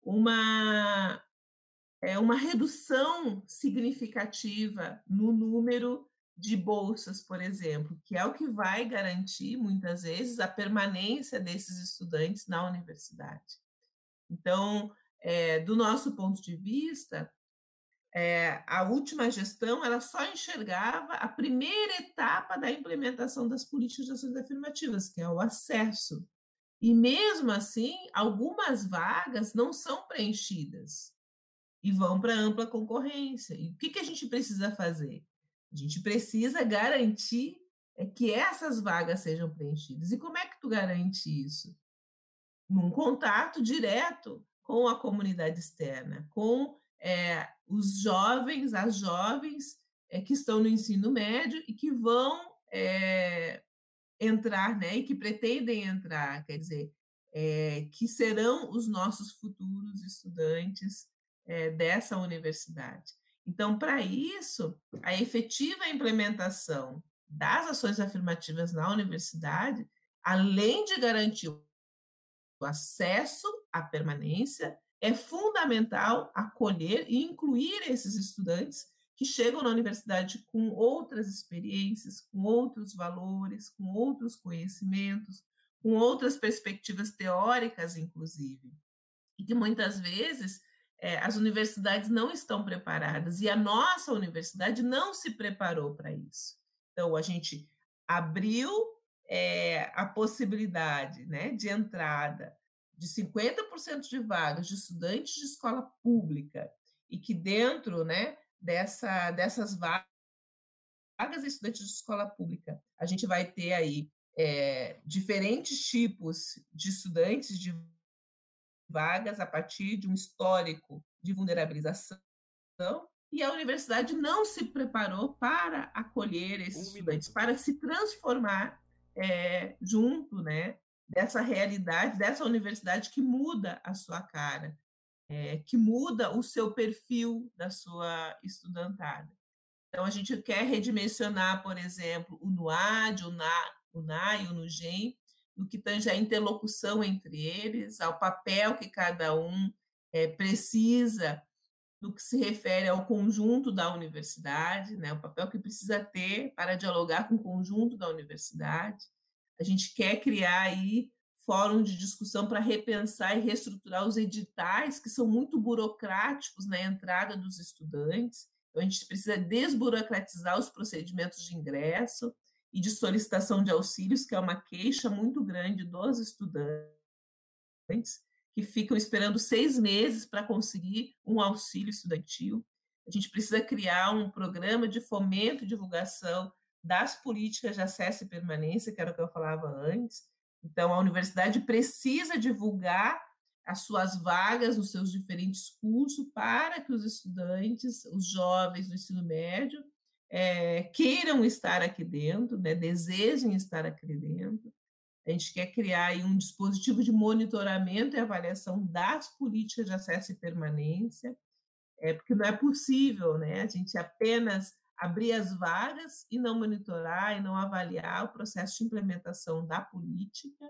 uma, é, uma redução significativa no número de bolsas, por exemplo, que é o que vai garantir, muitas vezes, a permanência desses estudantes na universidade. Então, é, do nosso ponto de vista, é, a última gestão ela só enxergava a primeira etapa da implementação das políticas de ações afirmativas, que é o acesso. E, mesmo assim, algumas vagas não são preenchidas e vão para ampla concorrência. E o que, que a gente precisa fazer? A gente precisa garantir que essas vagas sejam preenchidas. E como é que tu garante isso? Num contato direto com a comunidade externa, com é, os jovens, as jovens é, que estão no ensino médio e que vão é, entrar, né, e que pretendem entrar, quer dizer, é, que serão os nossos futuros estudantes é, dessa universidade. Então, para isso, a efetiva implementação das ações afirmativas na universidade, além de garantir o acesso à permanência, é fundamental acolher e incluir esses estudantes que chegam na universidade com outras experiências, com outros valores, com outros conhecimentos, com outras perspectivas teóricas, inclusive, e que muitas vezes é, as universidades não estão preparadas, e a nossa universidade não se preparou para isso. Então, a gente abriu é, a possibilidade, né, de entrada de cinquenta por cento de vagas de estudantes de escola pública, e que dentro, né, dessa, dessas vagas de estudantes de escola pública, a gente vai ter aí é, diferentes tipos de estudantes de vagas a partir de um histórico de vulnerabilização, e a universidade não se preparou para acolher esses um estudantes, minuto. Para se transformar é, junto, né, dessa realidade, dessa universidade que muda a sua cara. é, que muda o seu perfil da sua estudantada. Então, a gente quer redimensionar, por exemplo, o NUAD, o NA, o NA e o NUGEM, no que tange à interlocução entre eles, ao papel que cada um é, precisa no que se refere ao conjunto da universidade, né, o papel que precisa ter para dialogar com o conjunto da universidade. A gente quer criar aí fórum de discussão para repensar e reestruturar os editais, que são muito burocráticos na entrada dos estudantes. Então, a gente precisa desburocratizar os procedimentos de ingresso e de solicitação de auxílios, que é uma queixa muito grande dos estudantes, que ficam esperando seis meses para conseguir um auxílio estudantil. A gente precisa criar um programa de fomento e divulgação das políticas de acesso e permanência, que era o que eu falava antes. Então, a universidade precisa divulgar as suas vagas nos seus diferentes cursos para que os estudantes, os jovens do ensino médio, é, queiram estar aqui dentro, né, desejem estar aqui dentro. A gente quer criar aí um dispositivo de monitoramento e avaliação das políticas de acesso e permanência, é, porque não é possível, né, a gente apenas abrir as vagas e não monitorar e não avaliar o processo de implementação da política.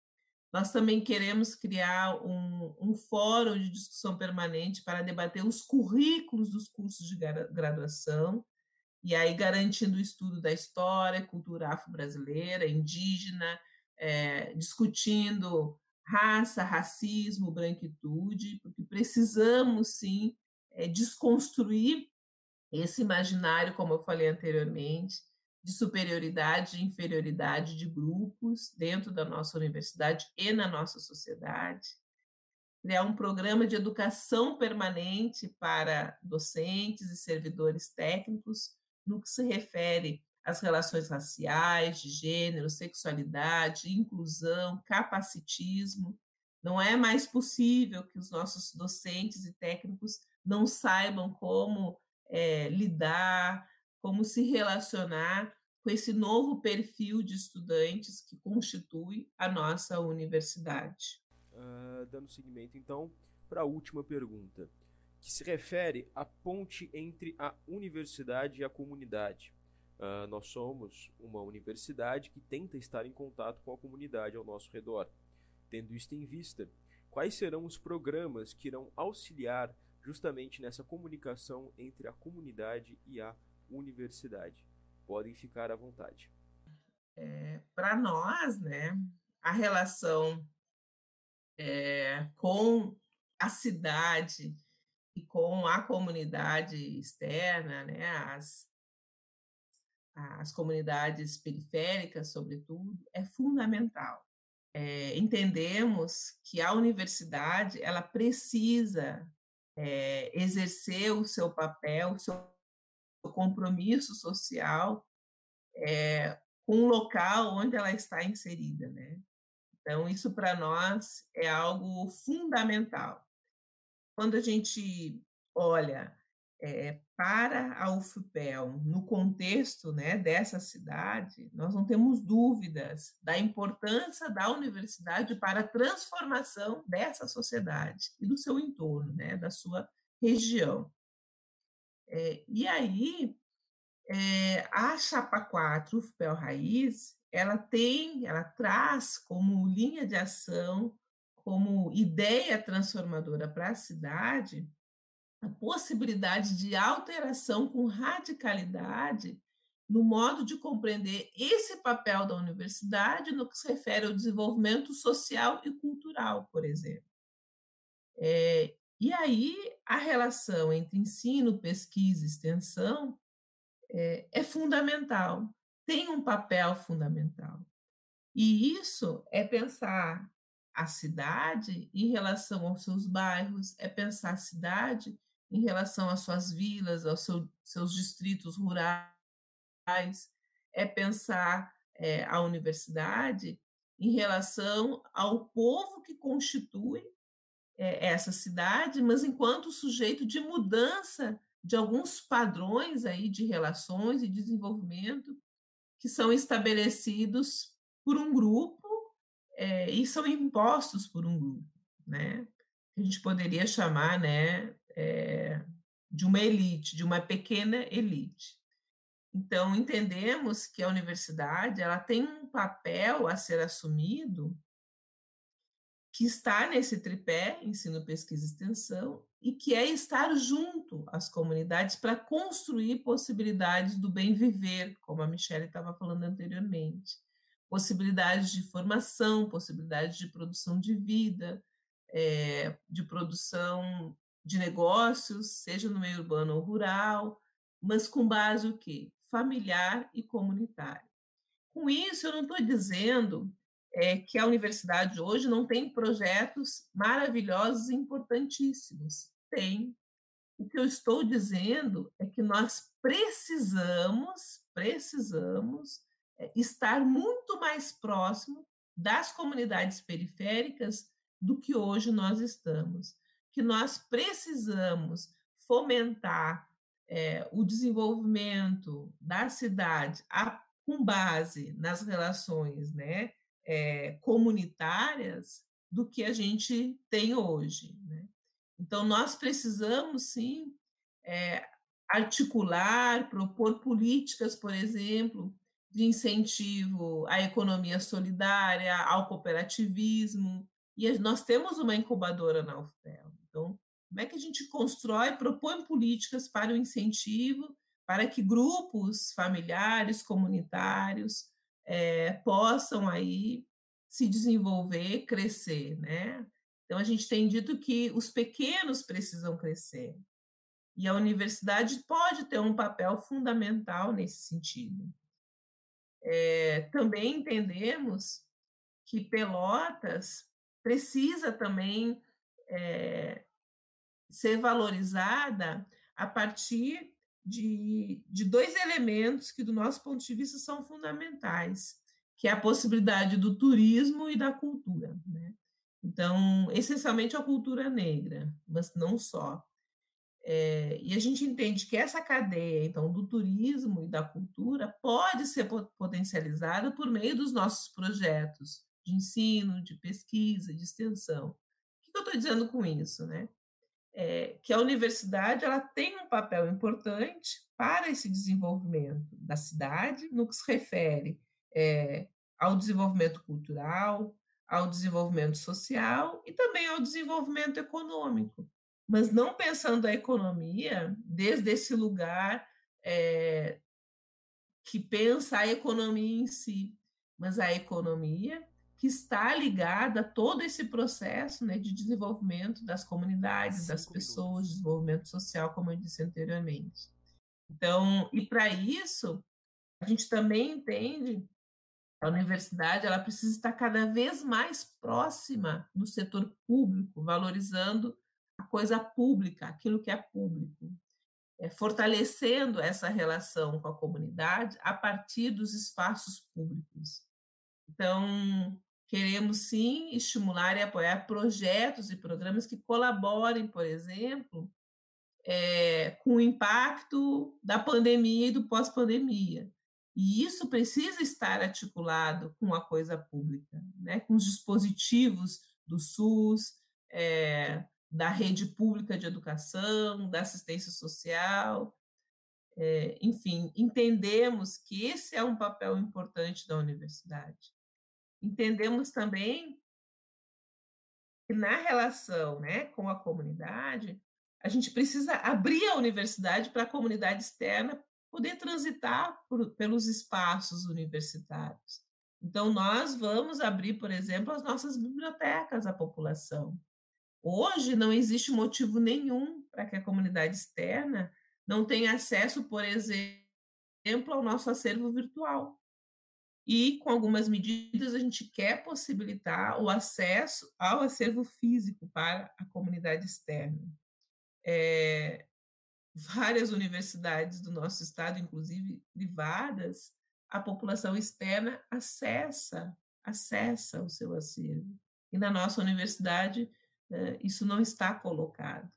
Nós também queremos criar um, um fórum de discussão permanente para debater os currículos dos cursos de graduação, e aí garantindo o estudo da história, cultura afro-brasileira, indígena, é, discutindo raça, racismo, branquitude, porque precisamos, sim, é, desconstruir esse imaginário, como eu falei anteriormente, de superioridade e inferioridade de grupos dentro da nossa universidade e na nossa sociedade. Criar um programa de educação permanente para docentes e servidores técnicos no que se refere às relações raciais, de gênero, sexualidade, inclusão, capacitismo. Não é mais possível que os nossos docentes e técnicos não saibam como é, lidar, como se relacionar com esse novo perfil de estudantes que constitui a nossa universidade. Uh, dando seguimento, então, para a última pergunta, que se refere à ponte entre a universidade e a comunidade. Uh, nós somos uma universidade que tenta estar em contato com a comunidade ao nosso redor. Tendo isto em vista, quais serão os programas que irão auxiliar justamente nessa comunicação entre a comunidade e a universidade? Podem ficar à vontade. É, para nós, né, a relação é, com a cidade e com a comunidade externa, né, as, as comunidades periféricas, sobretudo, é fundamental. É, entendemos que a universidade ela precisa é, exercer o seu papel, o seu compromisso social é, com o local onde ela está inserida, né? Então, isso para nós é algo fundamental. Quando a gente olha é, para a U F P E L no contexto, né, dessa cidade, nós não temos dúvidas da importância da universidade para a transformação dessa sociedade e do seu entorno, né, da sua região. É, e aí, é, a Chapa quatro, U F P E L Raiz, ela tem, ela traz como linha de ação, como ideia transformadora para a cidade, a possibilidade de alteração com radicalidade no modo de compreender esse papel da universidade no que se refere ao desenvolvimento social e cultural, por exemplo. É, e aí, a relação entre ensino, pesquisa e extensão é, é fundamental, tem um papel fundamental. E isso é pensar a cidade em relação aos seus bairros, é pensar a cidade em relação às suas vilas, aos seu, seus distritos rurais, é pensar é, a universidade em relação ao povo que constitui é, essa cidade, mas enquanto sujeito de mudança de alguns padrões aí de relações e desenvolvimento que são estabelecidos por um grupo é, e são impostos por um grupo, né? que a gente poderia chamar, né, é, de uma elite, de uma pequena elite. Então, entendemos que a universidade ela tem um papel a ser assumido que está nesse tripé, ensino, pesquisa e extensão, e que é estar junto às comunidades para construir possibilidades do bem viver, como a Michele estava falando anteriormente. Possibilidades de formação, possibilidades de produção de vida, é, de produção de negócios, seja no meio urbano ou rural, mas com base o quê? Familiar e comunitária. Com isso, eu não estou dizendo é, que a universidade hoje não tem projetos maravilhosos e importantíssimos. Tem. O que eu estou dizendo é que nós precisamos, precisamos é, estar muito mais próximo das comunidades periféricas do que hoje nós estamos. Que nós precisamos fomentar é, o desenvolvimento da cidade a, com base nas relações, né, é, comunitárias do que a gente tem hoje, né? Então, nós precisamos, sim, é, articular, propor políticas, por exemplo, de incentivo à economia solidária, ao cooperativismo, e nós temos uma incubadora na U F P E L. Então, como é que a gente constrói, propõe políticas para o incentivo, para que grupos familiares, comunitários, é, possam aí se desenvolver, crescer, né? Então, a gente tem dito que os pequenos precisam crescer. E a universidade pode ter um papel fundamental nesse sentido. É, também entendemos que Pelotas precisa também é, ser valorizada a partir de, de dois elementos que, do nosso ponto de vista, são fundamentais, que é a possibilidade do turismo e da cultura, né? Então, essencialmente a cultura negra, mas não só. É, e a gente entende que essa cadeia, então, do turismo e da cultura pode ser potencializada por meio dos nossos projetos de ensino, de pesquisa, de extensão. O que eu estou dizendo com isso, né? É, que a universidade ela tem um papel importante para esse desenvolvimento da cidade, no que se refere é, ao desenvolvimento cultural, ao desenvolvimento social e também ao desenvolvimento econômico, mas não pensando a economia desde esse lugar é, que pensa a economia em si, mas a economia que está ligada a todo esse processo, né, de desenvolvimento das comunidades, Cinco das pessoas, minutos. Desenvolvimento social, como eu disse anteriormente. Então, e para isso, a gente também entende a universidade ela precisa estar cada vez mais próxima do setor público, valorizando a coisa pública, aquilo que é público, é, fortalecendo essa relação com a comunidade a partir dos espaços públicos. Então, queremos sim estimular e apoiar projetos e programas que colaborem, por exemplo, é, com o impacto da pandemia e do pós-pandemia. E isso precisa estar articulado com a coisa pública, né? Com os dispositivos do SUS, é, da rede pública de educação, da assistência social. É, enfim, entendemos que esse é um papel importante da universidade. Entendemos também que na relação, né, com a comunidade, a gente precisa abrir a universidade para a comunidade externa poder transitar por, pelos espaços universitários. Então, nós vamos abrir, por exemplo, as nossas bibliotecas à população. Hoje, não existe motivo nenhum para que a comunidade externa não tenha acesso, por exemplo, ao nosso acervo virtual. E, com algumas medidas, a gente quer possibilitar o acesso ao acervo físico para a comunidade externa. É, várias universidades do nosso estado, inclusive privadas, a população externa acessa, acessa o seu acervo. E na nossa universidade, isso não está colocado.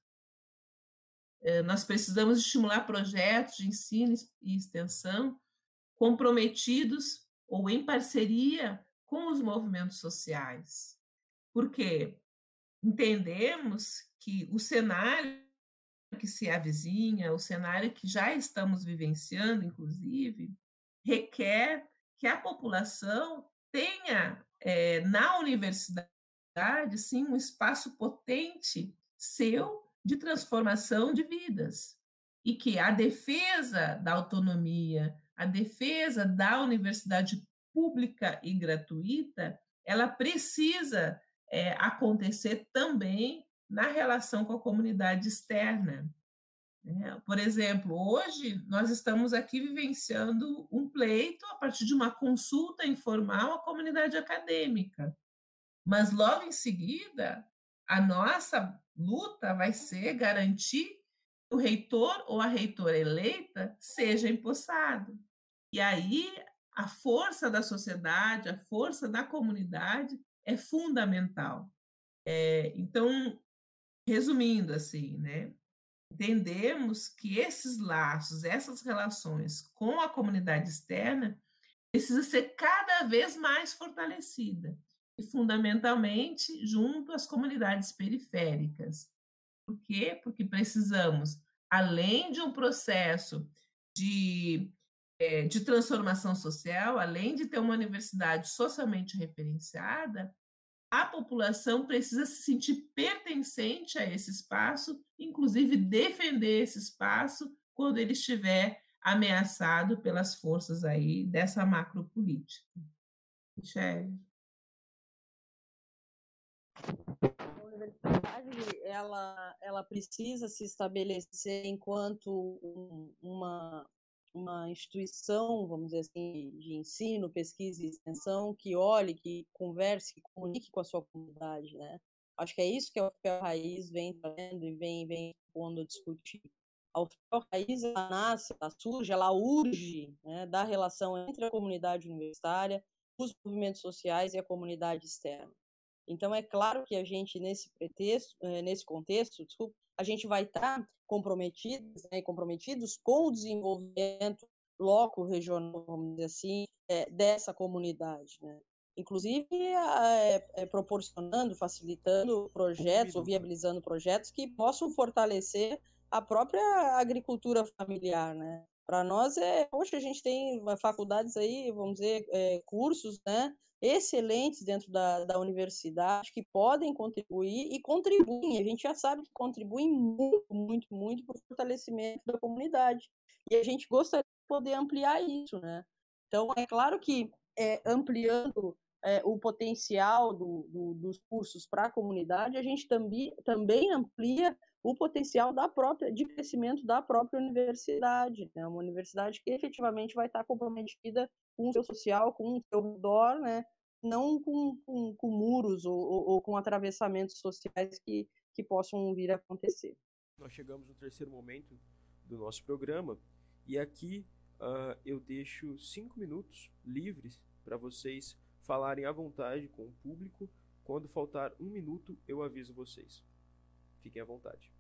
Nós precisamos estimular projetos de ensino e extensão comprometidos ou em parceria com os movimentos sociais. Por quê? entendemos que o cenário que se avizinha, o cenário que já estamos vivenciando, inclusive, requer que a população tenha, é, na universidade, sim, um espaço potente seu de transformação de vidas. E que a defesa da autonomia, a defesa da universidade pública e gratuita, ela precisa é, acontecer também na relação com a comunidade externa. Né? Por exemplo, hoje nós estamos aqui vivenciando um pleito a partir de uma consulta informal à comunidade acadêmica, mas logo em seguida a nossa luta vai ser garantir que o reitor ou a reitora eleita seja empossado. E aí a força da sociedade, a força da comunidade é fundamental. É, então, resumindo assim, né, entendemos que esses laços, essas relações com a comunidade externa precisa ser cada vez mais fortalecida e fundamentalmente junto às comunidades periféricas. Por quê? Porque precisamos, além de um processo de, é, de transformação social, além de ter uma universidade socialmente referenciada, a população precisa se sentir pertencente a esse espaço, inclusive defender esse espaço quando ele estiver ameaçado pelas forças aí dessa macropolítica. Michele. A universidade, ela, ela precisa se estabelecer enquanto um, uma, uma instituição, vamos dizer assim, de ensino, pesquisa e extensão, que olhe, que converse, que comunique com a sua comunidade, né? Acho que é isso que a U F P E L Raiz vem trazendo e vem, vem pondo a discutir. A U F P E L Raiz, ela nasce, ela surge, ela urge, né, da relação entre a comunidade universitária, os movimentos sociais e a comunidade externa. Então, é claro que a gente, nesse pretexto, nesse contexto, desculpa, a gente vai estar comprometidos, né, comprometidos com o desenvolvimento local, regional, vamos dizer assim, é, dessa comunidade, né? Inclusive, é, é, proporcionando, facilitando projetos ou viabilizando projetos que possam fortalecer a própria agricultura familiar, né? Para nós, é, hoje a gente tem faculdades aí, vamos dizer, é, cursos, né, excelentes dentro da, da universidade, que podem contribuir e contribuem, a gente já sabe que contribuem muito, muito, muito para o fortalecimento da comunidade. E a gente gostaria de poder ampliar isso, né? Então, é claro que é, ampliando é, o potencial do, do, dos cursos para a comunidade, a gente também, também amplia o potencial da própria, de crescimento da própria universidade, né? Uma universidade que efetivamente vai estar comprometida com o seu social, com o seu redor, né? Não com, com, com muros ou, ou, ou com atravessamentos sociais que, que possam vir a acontecer. Nós chegamos no terceiro momento do nosso programa e aqui uh, eu deixo cinco minutos livres para vocês falarem à vontade com o público. Quando faltar um minuto, eu aviso vocês. Fiquem à vontade.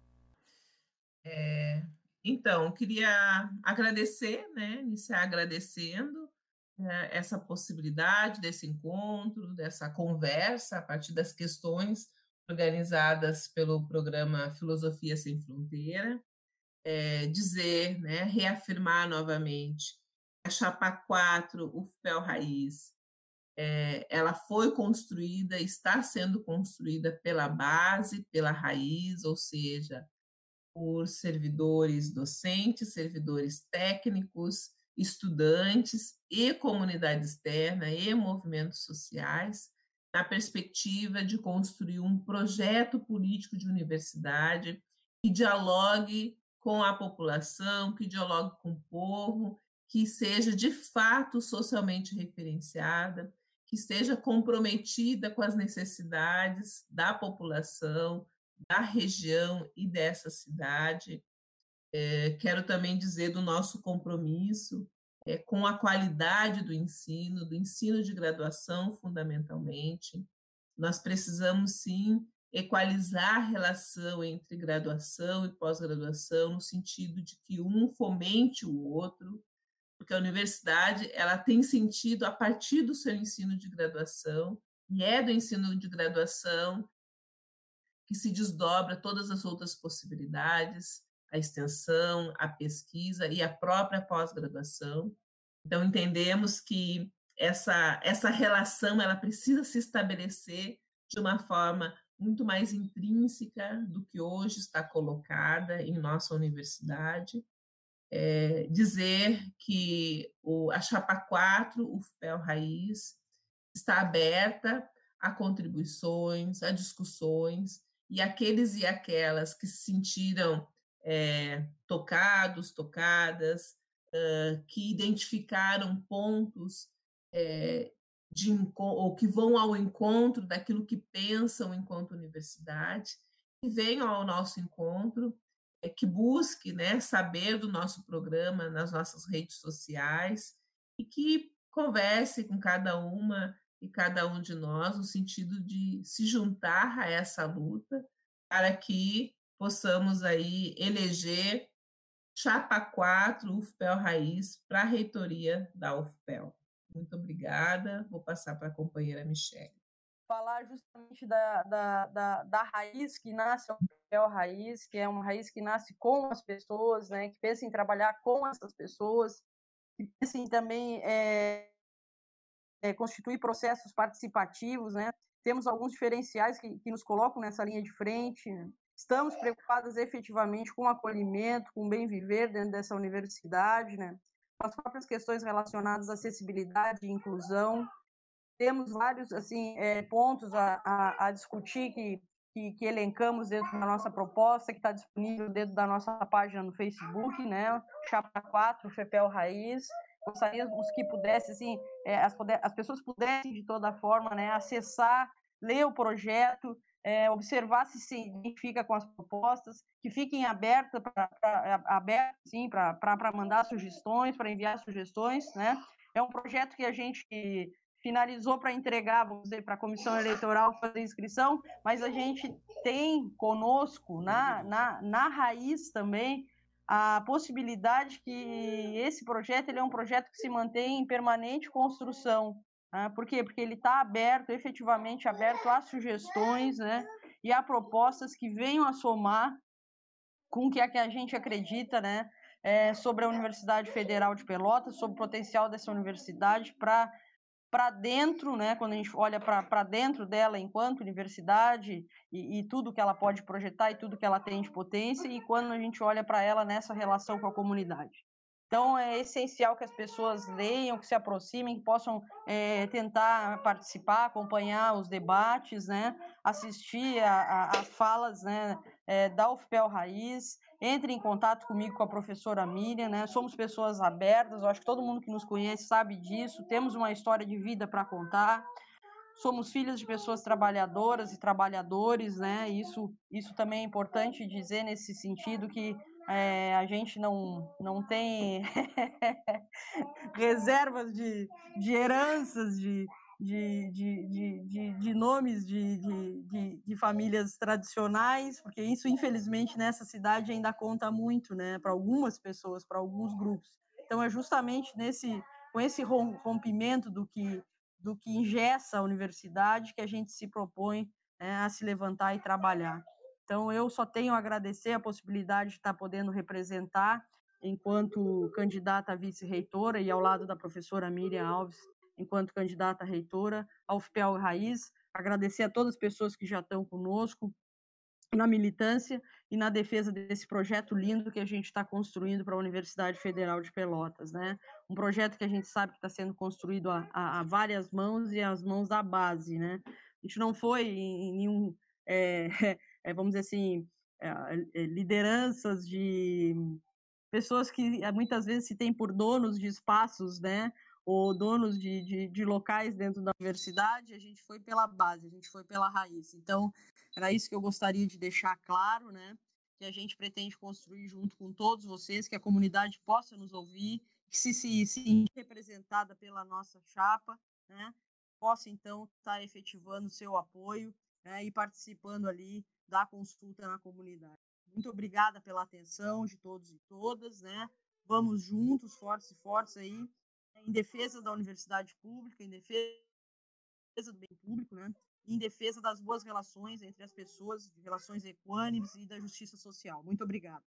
É, então, eu queria agradecer, né, iniciar agradecendo é, essa possibilidade desse encontro, dessa conversa a partir das questões organizadas pelo programa Filosofia Sem Fronteira, é, dizer, né, reafirmar novamente a Chapa quatro, U F P E L Raiz, é, ela foi construída, está sendo construída pela base, pela raiz, ou seja, por servidores docentes, servidores técnicos, estudantes e comunidade externa e movimentos sociais, na perspectiva de construir um projeto político de universidade que dialogue com a população, que dialogue com o povo, que seja de fato socialmente referenciada, que esteja comprometida com as necessidades da população, da região e dessa cidade. É, quero também dizer do nosso compromisso é, com a qualidade do ensino, do ensino de graduação, fundamentalmente. Nós precisamos, sim, equalizar a relação entre graduação e pós-graduação, no sentido de que um fomente o outro, porque a universidade ela tem sentido a partir do seu ensino de graduação, e é do ensino de graduação que se desdobra todas as outras possibilidades, a extensão, a pesquisa e a própria pós-graduação. Então, entendemos que essa, essa relação ela precisa se estabelecer de uma forma muito mais intrínseca do que hoje está colocada em nossa universidade. É, dizer que o, a Chapa quatro, o U F P E L Raiz, está aberta a contribuições, a discussões, e aqueles e aquelas que se sentiram é, tocados, tocadas, uh, que identificaram pontos é, de, ou que vão ao encontro daquilo que pensam enquanto universidade, que venham ao nosso encontro, é, que busque, né, saber do nosso programa nas nossas redes sociais e que converse com cada uma e cada um de nós no sentido de se juntar a essa luta para que possamos aí eleger Chapa quatro, U F P E L Raiz, para a reitoria da U F P E L. Muito obrigada. Vou passar para a companheira Michele. Falar justamente da, da, da, da raiz que nasce a U F P E L Raiz, que é uma raiz que nasce com as pessoas, né, que pensa em trabalhar com essas pessoas, que pensa em também é, é, constituir processos participativos, né? Temos alguns diferenciais que, que nos colocam nessa linha de frente. Estamos preocupados efetivamente com o acolhimento, com o bem viver dentro dessa universidade, né? Com as próprias questões relacionadas à acessibilidade e inclusão. Temos vários assim, é, pontos a, a, a discutir que, que, que elencamos dentro da nossa proposta, que está disponível dentro da nossa página no Facebook, né? Chapa quatro, U F P E L Raiz. Gostaríamos que pudesse, assim, é, as, as pessoas pudessem, de toda forma, né, acessar, ler o projeto, é, observar se se identifica com as propostas, que fiquem abertas para mandar sugestões, para enviar sugestões, né? É um projeto que a gente finalizou para entregar, vamos dizer, para a comissão eleitoral fazer inscrição, mas a gente tem conosco, na, na, na raiz também, a possibilidade que esse projeto ele é um projeto que se mantém em permanente construção. Né? Por quê? Porque ele está aberto, efetivamente aberto a sugestões, né? E a propostas que venham a somar com o que é que a gente acredita, né? É, sobre a Universidade Federal de Pelotas, sobre o potencial dessa universidade para para dentro, né, quando a gente olha para dentro dela enquanto universidade e, e tudo que ela pode projetar e tudo que ela tem de potência, e quando a gente olha para ela nessa relação com a comunidade. Então, é essencial que as pessoas leiam, que se aproximem, que possam é, tentar participar, acompanhar os debates, né, assistir às falas, né, é, da U F P E L Raiz. Entre em contato comigo, com a professora Miriam, né? Somos pessoas abertas, eu acho que todo mundo que nos conhece sabe disso, temos uma história de vida para contar, somos filhos de pessoas trabalhadoras e trabalhadores, né? Isso, isso também é importante dizer nesse sentido que é, a gente não, não tem reservas de, de heranças, de, de, de, de, de, de nomes de, de, de, de famílias tradicionais, porque isso, infelizmente, nessa cidade ainda conta muito, né, para algumas pessoas, para alguns grupos. Então, é justamente nesse, com esse rompimento do que, do que engessa a universidade que a gente se propõe, né, a se levantar e trabalhar. Então, eu só tenho a agradecer a possibilidade de estar podendo representar enquanto candidata a vice-reitora e ao lado da professora Miriam Alves, enquanto candidata a reitora, ao U F P E L Raiz, agradecer a todas as pessoas que já estão conosco na militância e na defesa desse projeto lindo que a gente está construindo para a Universidade Federal de Pelotas, né? Um projeto que a gente sabe que está sendo construído a, a, a várias mãos e às mãos da base, né? A gente não foi em nenhum, é, é, vamos dizer assim, é, lideranças de pessoas que muitas vezes se tem por donos de espaços, né, ou donos de, de, de locais dentro da universidade, a gente foi pela base, a gente foi pela raiz. Então, era isso que eu gostaria de deixar claro, né, que a gente pretende construir junto com todos vocês, que a comunidade possa nos ouvir, que se se sentir representada pela nossa chapa, né, possa, então, estar efetivando o seu apoio, né, e participando ali da consulta na comunidade. Muito obrigada pela atenção de todos e todas, né? Vamos juntos, fortes e fortes aí, em defesa da universidade pública, em defesa do bem público, né? em defesa das boas relações entre as pessoas, de relações equânimes e da justiça social. Muito obrigada.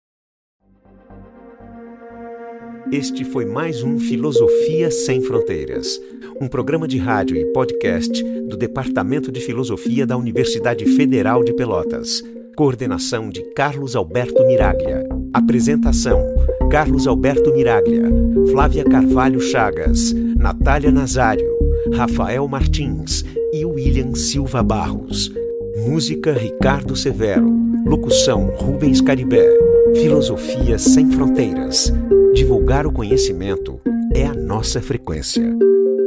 Este foi mais um Filosofia Sem Fronteiras, um programa de rádio e podcast do Departamento de Filosofia da Universidade Federal de Pelotas. Coordenação de Carlos Alberto Miraglia. Apresentação: Carlos Alberto Miraglia, Flávia Carvalho Chagas, Natália Nazário, Rafael Martins e William Silva Barros. Música: Ricardo Severo. Locução: Rubens Caribé. Filosofia Sem Fronteiras. Divulgar o conhecimento é a nossa frequência.